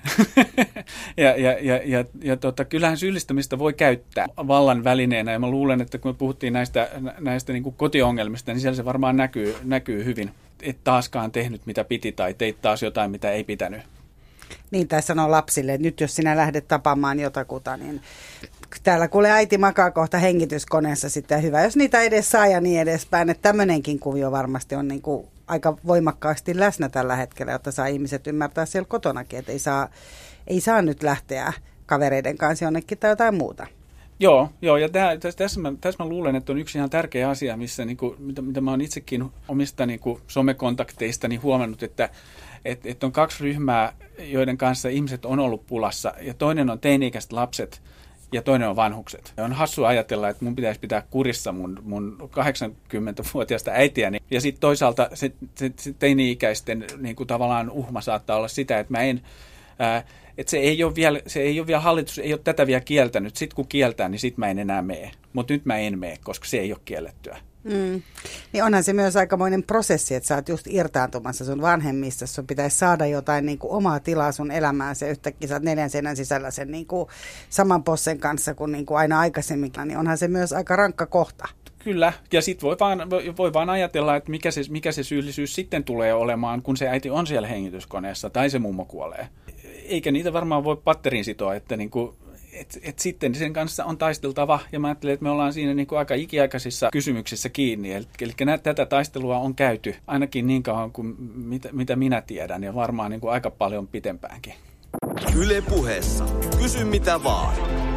Kyllähän syyllistämistä voi käyttää vallan välineenä. Ja mä luulen, että kun me puhuttiin näistä niin kuin kotiongelmista, niin siellä se varmaan näkyy hyvin. Et taaskaan tehnyt mitä piti tai teit taas jotain, mitä ei pitänyt. Niin, tai sanoo lapsille, että nyt jos sinä lähdet tapaamaan jotakuta, niin täällä kuule äiti makaa kohta hengityskoneessa sitten. Hyvä, jos niitä edes saa ja niin edespäin. Että tämmöinenkin kuvio varmasti on niin kuin aika voimakkaasti läsnä tällä hetkellä, jotta saa ihmiset ymmärtää siellä kotonakin, että ei saa nyt lähteä kavereiden kanssa jonnekin tai jotain muuta. Joo, ja tässä mä luulen, että on yksi ihan tärkeä asia, missä, niin kuin, mitä mä oon itsekin omista niin kuin somekontakteistani huomannut, että on kaksi ryhmää, joiden kanssa ihmiset on ollut pulassa, ja toinen on teini-ikäiset lapset, ja toinen on vanhukset. Ja on hassua ajatella, että mun pitäisi pitää kurissa mun 80-vuotiaasta äitiäni. Ja sitten toisaalta se teini-ikäisten niin kuin tavallaan uhma saattaa olla sitä, että mä en... Että se ei ole vielä, hallitus ei ole tätä vielä kieltänyt. Sitten kun kieltää, niin sitten mä en enää mene. Mutta nyt mä en mene, koska se ei ole kiellettyä. Niin onhan se myös aikamoinen prosessi, että sä oot just irtaantumassa sun vanhemmista. Sun pitäisi saada jotain niin kuin omaa tilaa sun elämään. Se yhtäkkiä sä oot 4 seinän sisällä sen niin kuin saman possen kanssa kuin, aina aikaisemmin. Niin onhan se myös aika rankka kohta. Kyllä, ja sitten voi vaan ajatella, että mikä se syyllisyys sitten tulee olemaan, kun se äiti on siellä hengityskoneessa tai se mummo kuolee. Eikä niitä varmaan voi patteriin sitoa, että niinku, sitten sen kanssa on taisteltava, ja mä ajattelen, että me ollaan siinä niinku aika ikiaikaisissa kysymyksissä kiinni. Eli tätä taistelua on käyty ainakin niin kauan kuin mitä minä tiedän, ja varmaan niinku aika paljon pitempäänkin. Yle Puheessa. Kysy mitä vaan.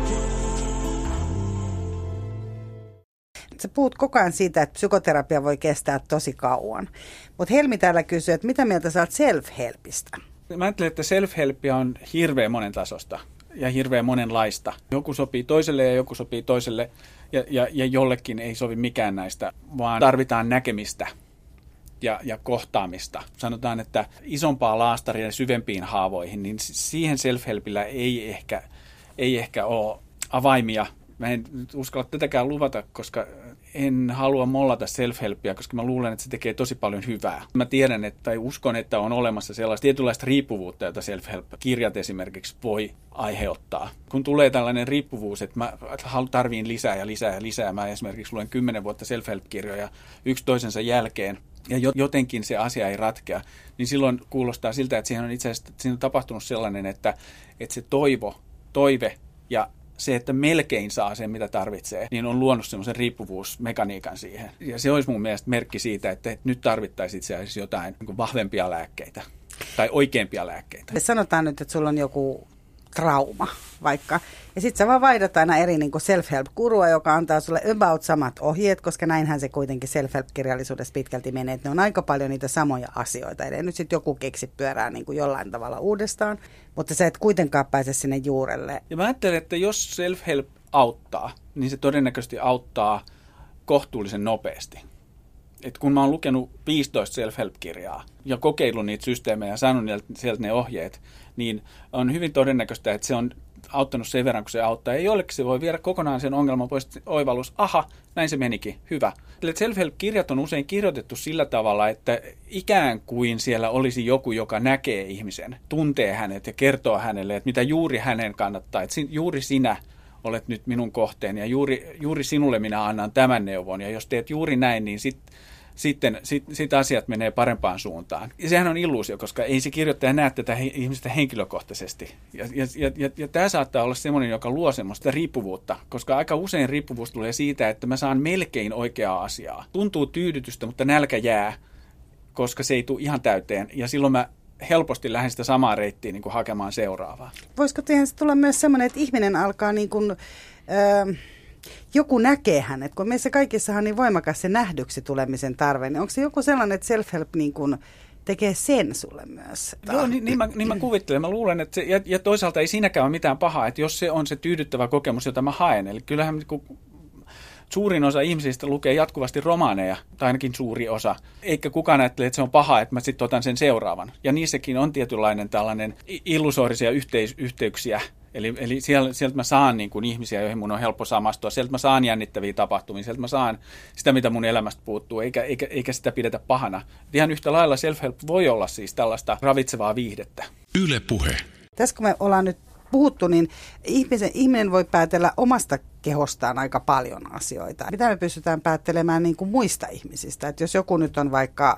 Sä puhut koko ajan siitä, että psykoterapia voi kestää tosi kauan. Mutta Helmi täällä kysyy, että mitä mieltä sä oot self-helpistä? Mä ajattelen, että self-helpia on hirveän monen tasosta ja hirveän monenlaista. Joku sopii toiselle ja joku sopii toiselle ja jollekin ei sovi mikään näistä, vaan tarvitaan näkemistä ja kohtaamista. Sanotaan, että isompaa laastaria ja syvempiin haavoihin, niin siihen self-helpillä ei ehkä ole avaimia. Mä en uskalla tätäkään luvata, koska en halua mollata self-helpia, koska mä luulen, että se tekee tosi paljon hyvää. Mä tiedän, tai uskon, että on olemassa sellaista tietynlaista riippuvuutta, jota self-help-kirjat esimerkiksi voi aiheuttaa. Kun tulee tällainen riippuvuus, että mä tarviin lisää ja lisää ja lisää, mä esimerkiksi luen 10 vuotta self-help-kirjoja yksi toisensa jälkeen, ja jotenkin se asia ei ratkea, niin silloin kuulostaa siltä, että siinä on itse asiassa siinä on tapahtunut sellainen, että se toive ja se, että melkein saa sen, mitä tarvitsee, niin on luonut semmoisen riippuvuusmekaniikan siihen. Ja se olisi mun mielestä merkki siitä, että nyt tarvittaisiin itse asiassa jotain niin kuin vahvempia lääkkeitä tai oikeampia lääkkeitä. Sanotaan nyt, että sulla on joku trauma vaikka. Ja sitten sä vaan vaihdat aina eri niin kuin self-help-gurua, joka antaa sulle about samat ohjeet, koska näinhän se kuitenkin self-help-kirjallisuudessa pitkälti menee, että ne on aika paljon niitä samoja asioita. Eli nyt sitten joku keksi pyörää niin kuin jollain tavalla uudestaan, mutta sä et kuitenkaan pääse sinne juurelle. Ja mä ajattelen, että jos self-help auttaa, niin se todennäköisesti auttaa kohtuullisen nopeasti. Et kun mä oon lukenut 15 self-help-kirjaa ja kokeillut niitä systeemejä ja saanut sieltä ne ohjeet, niin on hyvin todennäköistä, että se on auttanut sen verran, kun se auttaa. Ja jollekin se voi viedä kokonaan sen ongelman pois oivallus. Aha, näin se menikin. Hyvä. Self-help-kirjat on usein kirjoitettu sillä tavalla, että ikään kuin siellä olisi joku, joka näkee ihmisen, tuntee hänet ja kertoo hänelle, että mitä juuri hänen kannattaa. Että juuri sinä olet nyt minun kohteeni ja juuri sinulle minä annan tämän neuvon. Ja jos teet juuri näin, niin sitten asiat menee parempaan suuntaan. Ja sehän on illuusio, koska ei se kirjoittaja näe tätä ihmistä henkilökohtaisesti. Ja tämä saattaa olla semmoinen, joka luo semmoista riippuvuutta, koska aika usein riippuvuus tulee siitä, että mä saan melkein oikeaa asiaa. Tuntuu tyydytystä, mutta nälkä jää, koska se ei tule ihan täyteen. Ja silloin mä helposti lähden sitä samaa reittiä niin kuin hakemaan seuraavaa. Voisiko siihen tulla myös semmoinen, että ihminen alkaa niin kuin... joku näkee hänet, kun meissä kaikissahan on niin voimakas se nähdyksi tulemisen tarve, niin onko se joku sellainen, että self-help niin kuin tekee sen sulle myös? Joo, niin mä kuvittelen. Mä luulen, että ja toisaalta ei siinäkään ole mitään pahaa, että jos se on se tyydyttävä kokemus, jota mä haen, eli kyllähän suurin osa ihmisistä lukee jatkuvasti romaaneja, tai ainakin suuri osa, eikä kukaan ajattele, että se on paha, että mä sitten otan sen seuraavan. Ja niissäkin on tietynlainen tällainen illusorisia yhteyksiä. Eli sieltä mä saan niin kuin ihmisiä, joihin mun on helppo samastua. Sieltä mä saan jännittäviä tapahtumia. Sieltä mä saan sitä, mitä mun elämästä puuttuu, eikä sitä pidetä pahana. Ihan yhtä lailla self-help voi olla siis tällaista ravitsevaa viihdettä. Yle Puhe. Tässä kun me ollaan nyt puhuttu, niin ihminen voi päätellä omasta kehostaan aika paljon asioita. Mitä me pystytään päättelemään niin kuin muista ihmisistä? Että jos joku nyt on vaikka...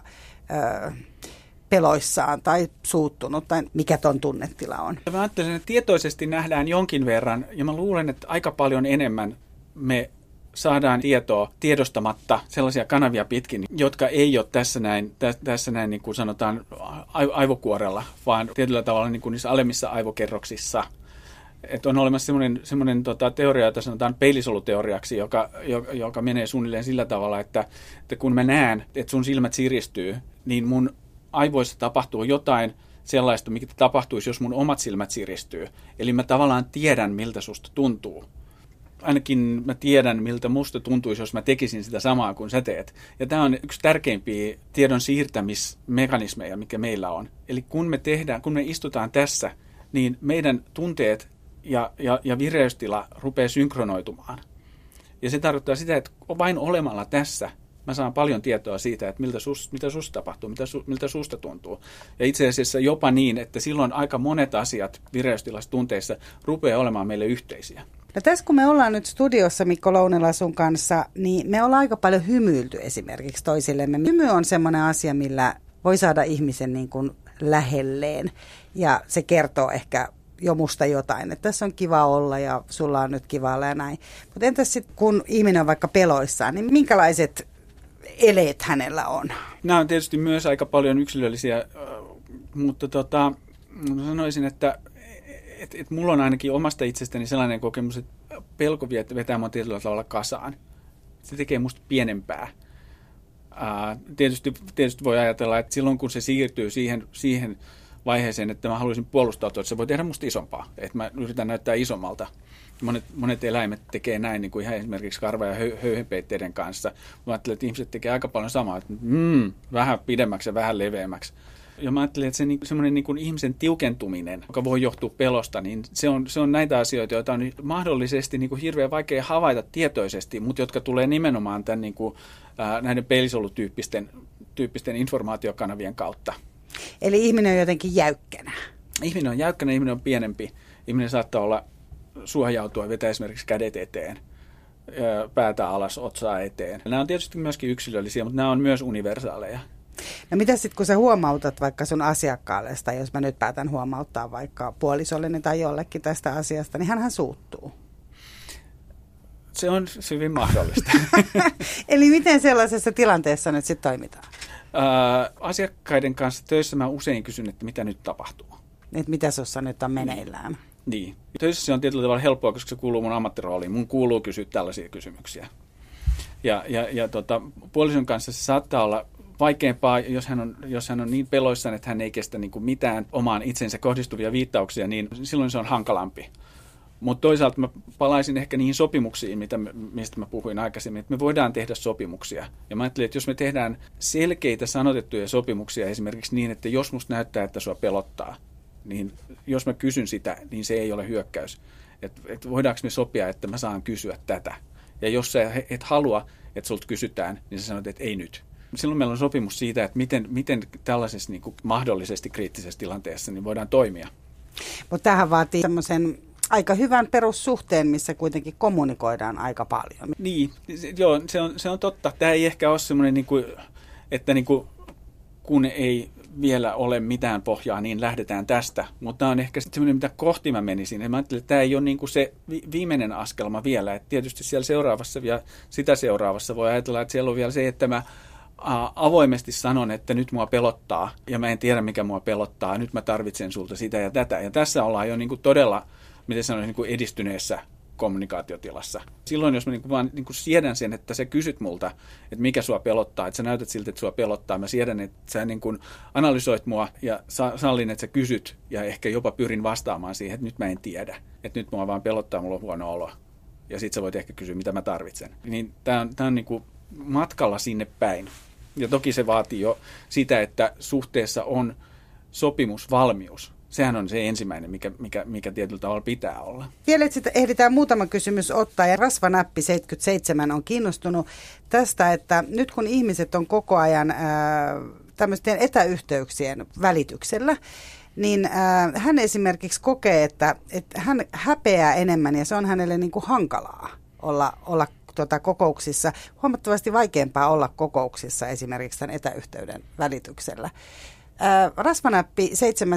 peloissaan tai suuttunut tai mikä ton tunnetila on. Mä ajattelen, että tietoisesti nähdään jonkin verran ja mä luulen, että aika paljon enemmän me saadaan tietoa tiedostamatta sellaisia kanavia pitkin, jotka ei ole tässä näin niin kuin sanotaan aivokuorella, vaan tietyllä tavalla niin kuin niissä alemmissa aivokerroksissa. Että on olemassa semmoinen teoria, jota sanotaan peilisoluteoriaksi, joka menee suunnilleen sillä tavalla, että kun mä näen, että sun silmät siristyy, niin mun aivoissa tapahtuu jotain sellaista, mikä tapahtuisi, jos mun omat silmät siristyy. Eli mä tavallaan tiedän, miltä susta tuntuu. Ainakin mä tiedän, miltä musta tuntuisi, jos mä tekisin sitä samaa kuin sä teet. Ja tämä on yksi tärkeimpiä tiedon siirtämismekanismeja, mikä meillä on. Eli kun me istutaan tässä, niin meidän tunteet ja vireystila rupeaa synkronoitumaan. Ja se tarkoittaa sitä, että vain olemalla tässä mä saan paljon tietoa siitä, että mitä susta tapahtuu, miltä susta tuntuu. Ja itse asiassa jopa niin, että silloin aika monet asiat vireystilassa tunteissa rupeaa olemaan meille yhteisiä. No tässä kun me ollaan nyt studiossa Mikko Lounela sun kanssa, niin me ollaan aika paljon hymyilty esimerkiksi toisillemme. Hymy on semmoinen asia, millä voi saada ihmisen niin kuin lähelleen ja se kertoo ehkä jo musta jotain, että tässä on kiva olla ja sulla on nyt kiva olla ja näin. Mutta entäs sitten kun ihminen on vaikka peloissaan, niin minkälaiset eleet hänellä on? Nämä on tietysti myös aika paljon yksilöllisiä, mutta sanoisin, että mulla on ainakin omasta itsestäni sellainen kokemus, että pelko vetää mua tietyllä tavalla kasaan. Se tekee musta pienempää. Tietysti voi ajatella, että silloin kun se siirtyy siihen vaiheeseen, että mä haluaisin puolustautua, että se voi tehdä musta isompaa. Että mä yritän näyttää isommalta. Monet eläimet tekee näin, niin kuin ihan esimerkiksi karva- ja höyhenpeitteiden kanssa. Mä ajattelen, että ihmiset tekee aika paljon samaa, että vähän pidemmäksi ja vähän leveämmäksi. Ja mä ajattelen, että semmoinen niin kuin ihmisen tiukentuminen, joka voi johtua pelosta, niin se on näitä asioita, joita on mahdollisesti niin kuin hirveän vaikea havaita tietoisesti, mutta jotka tulee nimenomaan tämän, niin kuin, näiden peilisolutyyppisten informaatiokanavien kautta. Eli ihminen on jotenkin jäykkänä. Ihminen on jäykkänä, ihminen on pienempi. Ihminen saattaa olla suojautua, vetää esimerkiksi kädet eteen, päätä alas, otsaa eteen. Nämä on tietysti myöskin yksilöllisiä, mutta nämä on myös universaaleja. No mitä sitten, kun sä huomautat vaikka sun asiakkaalle, tai jos mä nyt päätän huomauttaa vaikka puolisolleni tai jollekin tästä asiasta, niin hänhän suuttuu. Se on hyvin mahdollista. Eli miten sellaisessa tilanteessa nyt sitten toimitaan? Asiakkaiden kanssa töissä mä usein kysyn, että mitä nyt tapahtuu. Että mitä sussa nyt on meneillään? Niin. Töissä se on tietyllä tavalla helppoa, koska se kuuluu mun ammattirooliin. Mun kuuluu kysyä tällaisia kysymyksiä. Ja puolison kanssa se saattaa olla vaikeampaa, jos hän on niin peloissaan, että hän ei kestä niin kuin mitään omaan itsensä kohdistuvia viittauksia, niin silloin se on hankalampi. Mutta toisaalta mä palaisin ehkä niihin sopimuksiin, mistä mä puhuin aikaisemmin, että me voidaan tehdä sopimuksia. Ja mä ajattelin, että jos me tehdään selkeitä sanotettuja sopimuksia esimerkiksi niin, että jos musta näyttää, että sua pelottaa, niin jos mä kysyn sitä, niin se ei ole hyökkäys. Et voidaanko me sopia, että mä saan kysyä tätä? Ja jos sä et halua, että sulta kysytään, niin sä sanot, että ei nyt. Silloin meillä on sopimus siitä, että miten tällaisessa niin kuin mahdollisesti kriittisessä tilanteessa niin voidaan toimia. Mutta tämähän vaatii semmoisen aika hyvän perussuhteen, missä kuitenkin kommunikoidaan aika paljon. Niin, joo, se on totta. Tämä ei ehkä ole semmoinen, niin kuin, että niin kuin, kun ei vielä ole mitään pohjaa, niin lähdetään tästä. Mutta tämä on ehkä semmoinen, mitä kohti mä menisin. Ja mä ajattelin, että tämä ei ole niin kuin se viimeinen askelma vielä. Et tietysti siellä seuraavassa ja sitä seuraavassa voi ajatella, että siellä on vielä se, että mä avoimesti sanon, että nyt mua pelottaa ja mä en tiedä, mikä mua pelottaa. Nyt mä tarvitsen sulta sitä ja tätä. Ja tässä ollaan jo niin kuin todella, miten sanoisin, niin kuin edistyneessä kommunikaatiotilassa. Silloin, jos mä vaan siedän sen, että sä kysyt multa, että mikä sua pelottaa, että sä näytät siltä, että sua pelottaa. Mä siedän, että sä niin kuin analysoit mua ja sallin, että sä kysyt ja ehkä jopa pyrin vastaamaan siihen, että nyt mä en tiedä. Että nyt mua vaan pelottaa, mulla on huono olo. Ja sit sä voit ehkä kysyä, mitä mä tarvitsen. Niin tää on niin kuin matkalla sinne päin. Ja toki se vaatii jo sitä, että suhteessa on sopimusvalmius. Sehän on se ensimmäinen, mikä tietyllä tavalla pitää olla. Vielä sitten ehditään muutama kysymys ottaa. Ja Rasvanäppi 77 on kiinnostunut tästä, että nyt kun ihmiset on koko ajan tämmöisten etäyhteyksien välityksellä, niin hän esimerkiksi kokee, että hän häpeää enemmän ja se on hänelle niin kuin hankalaa olla kokouksissa. Huomattavasti vaikeampaa olla kokouksissa esimerkiksi tämän etäyhteyden välityksellä. Rasvanäppi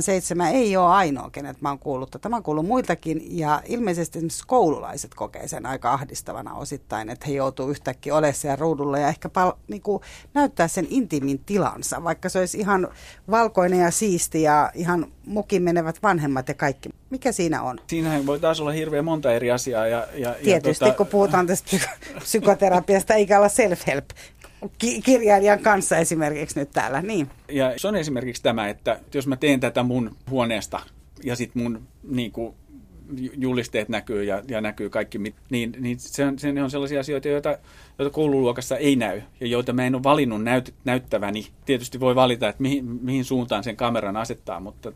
77 ei ole ainoa, kenet mä oon kuullut. Mä oon kuullut muiltakin ja ilmeisesti koululaiset kokee sen aika ahdistavana osittain, että he joutuu yhtäkkiä olemaan siellä ruudulla ja ehkä näyttää sen intiimin tilansa, vaikka se olisi ihan valkoinen ja siisti ja ihan mukin menevät vanhemmat ja kaikki. Mikä siinä on? Siinähän voi taas olla hirveän monta eri asiaa. Tietysti kun puhutaan tästä psykoterapiasta, eikä olla self-help. Kirjailijan kanssa esimerkiksi nyt täällä, niin. Ja se on esimerkiksi tämä, että jos mä teen tätä mun huoneesta ja sitten mun niin kuin, julisteet näkyy ja näkyy kaikki, niin se on sellaisia asioita, joita koululuokassa ei näy ja joita mä en ole valinnut näyttäväni. Tietysti voi valita, että mihin suuntaan sen kameran asettaa, mutta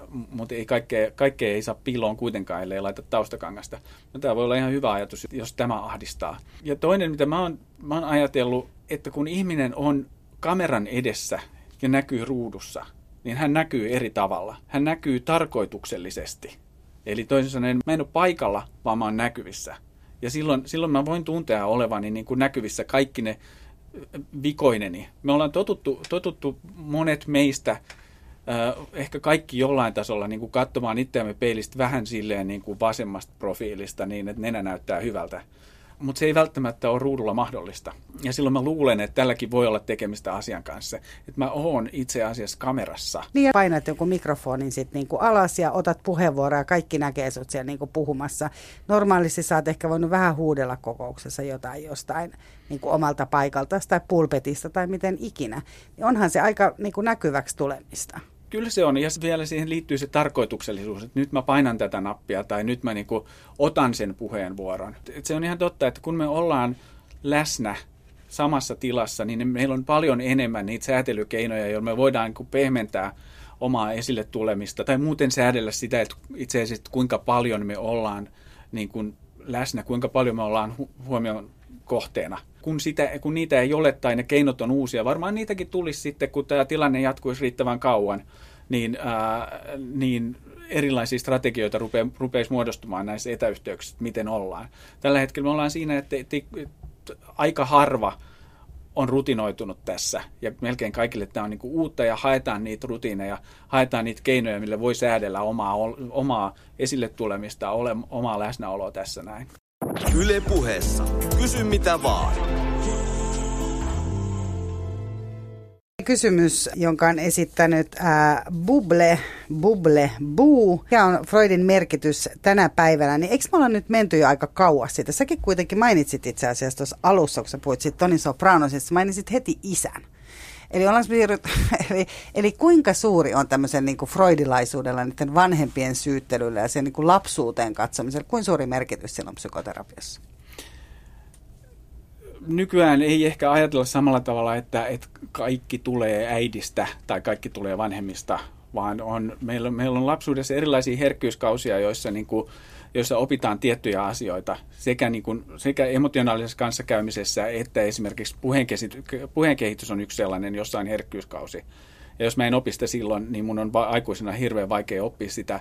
ei kaikkea ei saa piiloon kuitenkaan, ellei laita taustakangasta. No, tämä voi olla ihan hyvä ajatus, jos tämä ahdistaa. Ja toinen, mitä mä oon ajatellut, että kun ihminen on kameran edessä ja näkyy ruudussa, niin hän näkyy eri tavalla. Hän näkyy tarkoituksellisesti. Eli toisin sanoen, mä en ole paikalla, vaan mä oon näkyvissä. Ja silloin mä voin tuntea olevani niin kuin näkyvissä kaikki ne vikoineni. Me ollaan totuttu monet meistä, ehkä kaikki jollain tasolla niin kuin katsomaan itseämme peilistä vähän silleen niin kuin vasemmasta profiilista niin, että nenä näyttää hyvältä. Mutta se ei välttämättä ole ruudulla mahdollista. Ja silloin mä luulen, että tälläkin voi olla tekemistä asian kanssa. Että mä oon itse asiassa kamerassa. Niin ja painat joku mikrofonin sitten niinku alas ja otat puheenvuoroa ja kaikki näkee sut siellä niinku puhumassa. Normaalisti sä oot ehkä voinut vähän huudella kokouksessa jotain jostain niinku omalta paikalta tai pulpetista tai miten ikinä. Onhan se aika niinku näkyväksi tulemista. Kyllä se on, ja vielä siihen liittyy se tarkoituksellisuus, että nyt mä painan tätä nappia tai nyt mä niin kuin otan sen puheenvuoron. Se on ihan totta, että kun me ollaan läsnä samassa tilassa, niin meillä on paljon enemmän niitä säätelykeinoja, joilla me voidaan niin kuin pehmentää omaa esille tulemista tai muuten säädellä sitä, että itse asiassa kuinka paljon me ollaan niin kuin läsnä, kuinka paljon me ollaan huomion kohteena. Kun niitä ei ole tai ne keinot on uusia, varmaan niitäkin tulisi sitten, kun tämä tilanne jatkuisi riittävän kauan, niin erilaisia strategioita rupeaisi muodostumaan näissä etäyhteyksissä, miten ollaan. Tällä hetkellä me ollaan siinä, että aika harva on rutinoitunut tässä ja melkein kaikille tämä on niin kuin uutta ja haetaan niitä rutiineja, haetaan niitä keinoja, millä voi säädellä omaa esille tulemista, omaa läsnäoloa tässä näin. Yle Puheessa. Kysy mitä vaan. Kysymys, jonka on esittänyt Buu. Mikä on Freudin merkitys tänä päivänä? Niin eikö me olla nyt menty jo aika kauas siitä? Säkin kuitenkin mainitsit itse asiassa tuossa alussa, kun sä puhuit siitä Toni Sopranosista, mainitsit heti isän. Eli kuinka suuri on tämmöisen niin kuin freudilaisuudella, niiden vanhempien syyttelyllä ja sen niin kuin lapsuuteen katsomisella? Kuinka suuri merkitys sillä on psykoterapiassa? Nykyään ei ehkä ajatella samalla tavalla, että kaikki tulee äidistä tai kaikki tulee vanhemmista, vaan meillä on lapsuudessa erilaisia herkkyyskausia, joissa opitaan tiettyjä asioita sekä emotionaalisessa kanssakäymisessä että esimerkiksi puheenkehitys on yksi sellainen jossain herkkyyskausi. Ja jos mä en opi sitä silloin, niin mun on aikuisena hirveän vaikea oppia sitä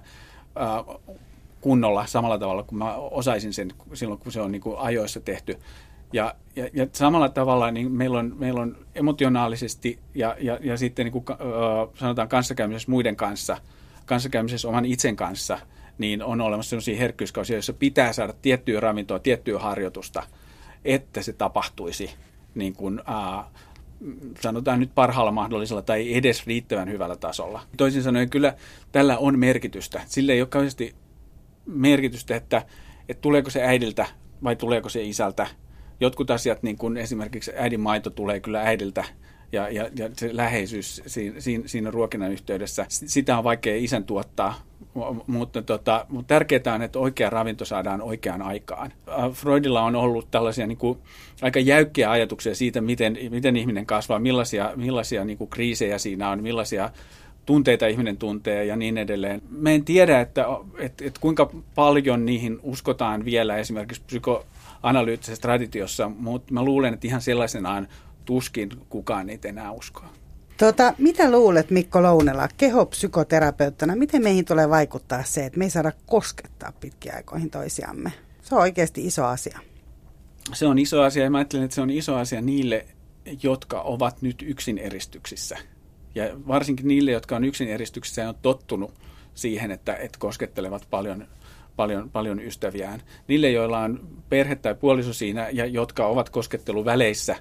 kunnolla samalla tavalla kuin mä osaisin sen silloin, kun se on niin kuin ajoissa tehty. Ja samalla tavalla niin meillä on emotionaalisesti ja sitten niin kuin, sanotaan kanssakäymisessä muiden kanssa, kanssakäymisessä oman itsen kanssa, niin on olemassa sellaisia herkkyyskausia, joissa pitää saada tiettyä ravintoa, tiettyä harjoitusta, että se tapahtuisi niin kuin, sanotaan nyt parhaalla mahdollisella tai edes riittävän hyvällä tasolla. Toisin sanoen kyllä tällä on merkitystä. Sillä ei ole kauheasti merkitystä, että tuleeko se äidiltä vai tuleeko se isältä. Jotkut asiat, niin kuin esimerkiksi äidin maito, tulee kyllä äidiltä ja se läheisyys siinä ruokinnan yhteydessä, sitä on vaikea isän tuottaa, mutta tärkeää on, että oikea ravinto saadaan oikeaan aikaan. Freudilla on ollut tällaisia niin kuin aika jäykkiä ajatuksia siitä, miten ihminen kasvaa, millaisia niin kuin kriisejä siinä on, millaisia tunteita ihminen tuntee ja niin edelleen. Mä en tiedä, että kuinka paljon niihin uskotaan vielä esimerkiksi psykoanalyyttisessä traditiossa, mutta mä luulen, että ihan sellaisenaan tuskin kukaan niitä enää uskoa. Mitä luulet, Mikko Lounela, kehopsykoterapeuttina, miten meihin tulee vaikuttaa se, että me ei saada koskettaa pitkiä aikoihin toisiamme? Se on oikeasti iso asia. Se on iso asia ja mä ajattelen, että se on iso asia niille, jotka ovat nyt yksin eristyksissä. Ja varsinkin niille, jotka on yksin eristyksissä ja on tottunut siihen, että koskettelevat paljon ystäviään. Niille, joilla on perhe tai puoliso siinä ja jotka ovat kosketteluväleissä,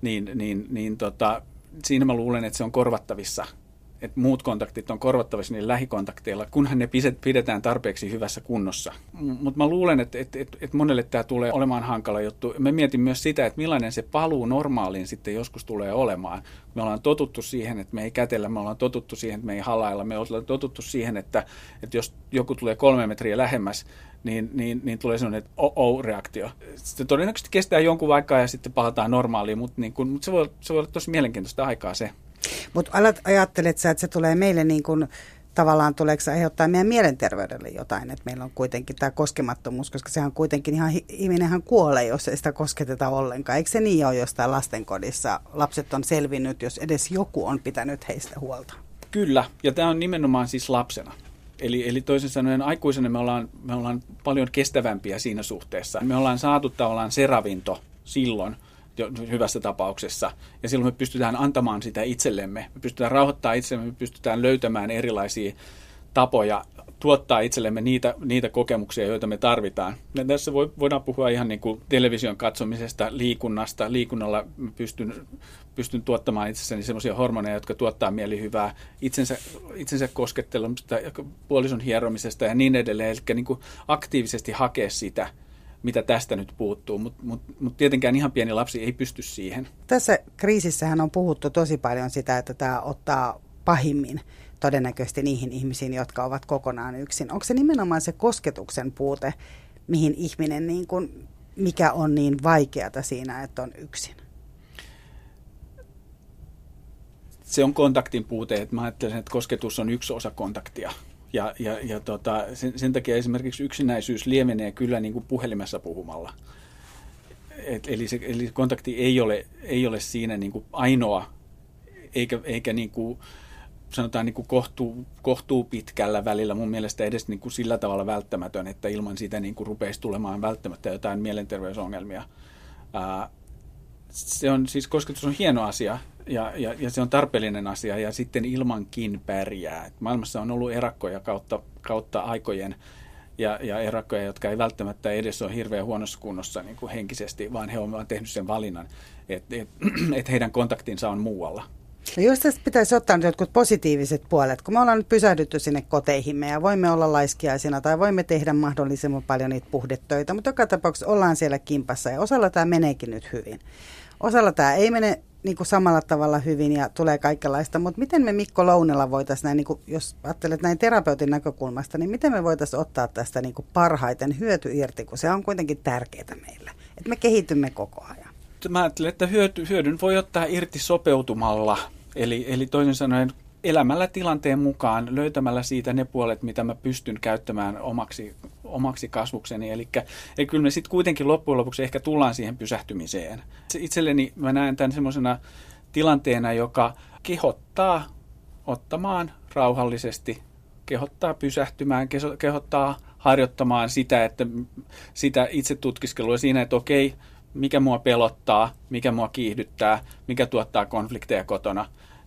siinä mä luulen, että se on korvattavissa. Että muut kontaktit on korvattavissa niillä lähikontakteilla, kunhan ne pidetään tarpeeksi hyvässä kunnossa. Mutta mä luulen, että monelle tämä tulee olemaan hankala juttu. Mä mietin myös sitä, että millainen se paluu normaaliin sitten joskus tulee olemaan. Me ollaan totuttu siihen, että me ei kätellä, me ollaan totuttu siihen, että me ei halailla, me ollaan totuttu siihen, että jos joku tulee 3 metriä lähemmäs, niin tulee sellainen reaktio. Se todennäköisesti kestää jonkun aikaa ja sitten palataan normaaliin, mutta se voi olla tosi mielenkiintoista aikaa se. Mutta ajattelet sä, että se tulee meille niin kuin, tavallaan tuleeko se aiheuttaa meidän mielenterveydelle jotain, että meillä on kuitenkin tämä koskemattomuus, koska sehän kuitenkin ihminenhän kuolee, jos ei sitä kosketeta ollenkaan. Eikö se niin ole jostain lastenkodissa? Lapset on selvinnyt, jos edes joku on pitänyt heistä huolta. Kyllä, ja tämä on nimenomaan siis lapsena. Eli toisin sanoen aikuisena me ollaan paljon kestävämpiä siinä suhteessa. Me ollaan saatu tavallaan se ravinto silloin, hyvässä tapauksessa. Ja silloin me pystytään antamaan sitä itsellemme. Me pystytään rauhoittamaan itsellemme, me pystytään löytämään erilaisia tapoja tuottaa itsellemme niitä kokemuksia, joita me tarvitaan. Ja tässä voidaan puhua ihan niin kuin television katsomisesta, liikunnasta. Liikunnalla pystyn tuottamaan itsessäni sellaisia hormoneja, jotka tuottaa mielihyvää, itsensä koskettelusta, puolison hieromisesta ja niin edelleen. Eli niin kuin aktiivisesti hakea sitä, mitä tästä nyt puuttuu, mutta tietenkään ihan pieni lapsi ei pysty siihen. Tässä kriisissähän on puhuttu tosi paljon sitä, että tämä ottaa pahimmin todennäköisesti niihin ihmisiin, jotka ovat kokonaan yksin. Onko se nimenomaan se kosketuksen puute, mihin ihminen, niin kuin, mikä on niin vaikeata siinä, että on yksin? Se on kontaktin puute, että mä ajattelen, että kosketus on yksi osa kontaktia. Ja sen takia esimerkiksi yksinäisyys lievenee kyllä niin kuin puhelimessa puhumalla. Eli kontakti ei ole siinä niin kuin ainoa, eikä niin kuin, sanotaan niin kuin kohtuu pitkällä välillä mun mielestä edes niin kuin sillä tavalla välttämätön, että ilman sitä niin kuin rupeisi tulemaan välttämättä jotain mielenterveysongelmia. Se on siis kosketus on hieno asia ja se on tarpeellinen asia ja sitten ilmankin pärjää. Maailmassa on ollut erakkoja kautta aikojen ja erakkoja, jotka ei välttämättä edes ole hirveän huonossa kunnossa niin kuin henkisesti, vaan he ovat tehnyt sen valinnan, että heidän kontaktinsa on muualla. No jos tästä pitäisi ottaa nyt jotkut positiiviset puolet, kun me ollaan nyt pysähdytty sinne koteihimme ja voimme olla laiskiaisina tai voimme tehdä mahdollisimman paljon niitä puhdetöitä, mutta joka tapauksessa ollaan siellä kimpassa ja osalla tämä meneekin nyt hyvin. Osalla tämä ei mene niin kuin samalla tavalla hyvin ja tulee kaikenlaista, mutta miten me Mikko Lounela voitaisiin näin, niin kuin, jos ajattelet näin terapeutin näkökulmasta, niin miten me voitaisiin ottaa tästä niin kuin parhaiten hyöty irti, kun se on kuitenkin tärkeää meille, että me kehitymme koko ajan. Mä ajattelen, että hyödyn voi ottaa irti sopeutumalla, eli toisin sanoen elämällä tilanteen mukaan, löytämällä siitä ne puolet, mitä mä pystyn käyttämään omaksi kasvukseni. Eli kyllä me sitten kuitenkin loppujen lopuksi ehkä tullaan siihen pysähtymiseen. Itselleni mä näen tämän semmoisena tilanteena, joka kehottaa ottamaan rauhallisesti, kehottaa pysähtymään, kehottaa harjoittamaan sitä itse tutkiskelua siinä, että okei, mikä mua pelottaa, mikä mua kiihdyttää, mikä tuottaa konflikteja kotona.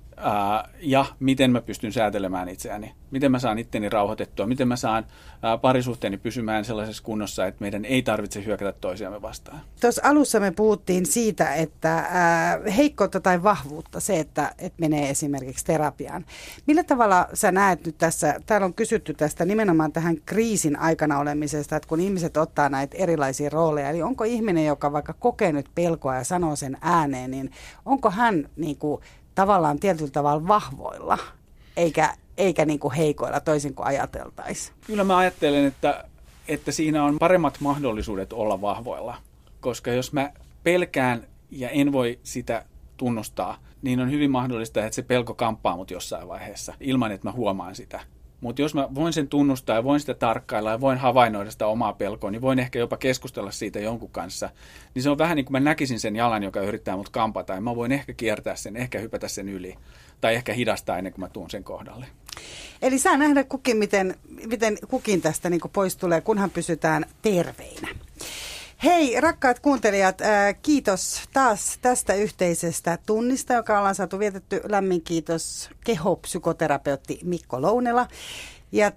Ja miten mä pystyn säätelemään itseäni, miten mä saan itteni rauhoitettua, miten mä saan parisuhteeni pysymään sellaisessa kunnossa, että meidän ei tarvitse hyökätä toisiamme vastaan. Tuossa alussa me puhuttiin siitä, että heikkoutta tai vahvuutta, se, että menee esimerkiksi terapiaan. Millä tavalla sä näet nyt tässä, täällä on kysytty tästä nimenomaan tähän kriisin aikana olemisesta, että kun ihmiset ottaa näitä erilaisia rooleja, eli onko ihminen, joka vaikka kokee nyt pelkoa ja sanoo sen ääneen, niin onko hän niin kuin tavallaan tietyllä tavalla vahvoilla, eikä niin kuin heikoilla toisin kuin ajateltaisiin? Kyllä mä ajattelen, että siinä on paremmat mahdollisuudet olla vahvoilla, koska jos mä pelkään ja en voi sitä tunnustaa, niin on hyvin mahdollista, että se pelko kamppaa mut jossain vaiheessa ilman, että mä huomaan sitä. Mutta jos mä voin sen tunnustaa ja voin sitä tarkkailla ja voin havainnoida sitä omaa pelkoa, niin voin ehkä jopa keskustella siitä jonkun kanssa. Niin se on vähän niin kuin mä näkisin sen jalan, joka yrittää mut kampata, ja mä voin ehkä kiertää sen, ehkä hypätä sen yli tai ehkä hidastaa ennen kuin mä tuun sen kohdalle. Eli saa nähdä kukin, miten kukin tästä niin kuin pois tulee, kunhan pysytään terveinä. Hei rakkaat kuuntelijat, kiitos taas tästä yhteisestä tunnista, joka ollaan saatu vietetty. Lämmin kiitos kehopsykoterapeutti Mikko Lounela. Ja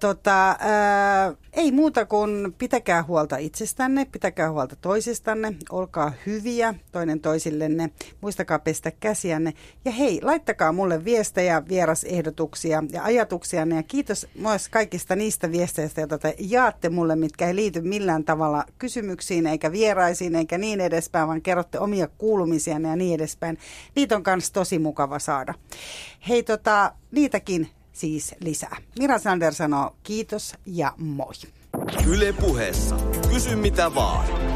ei muuta kuin pitäkää huolta itsestänne, pitäkää huolta toisistanne, olkaa hyviä toinen toisillenne, muistakaa pestä käsiänne. Ja hei, laittakaa mulle viestejä, vierasehdotuksia ja ajatuksianne. Ja kiitos myös kaikista niistä viesteistä, joita te jaatte mulle, mitkä ei liity millään tavalla kysymyksiin eikä vieraisiin eikä niin edespäin, vaan kerrotte omia kuulumisianne ja niin edespäin. Niitä on myös tosi mukava saada. Hei, niitäkin siis lisää. Mira Sander sanoo kiitos ja moi. Yle Puheessa. Kysy mitä vaan.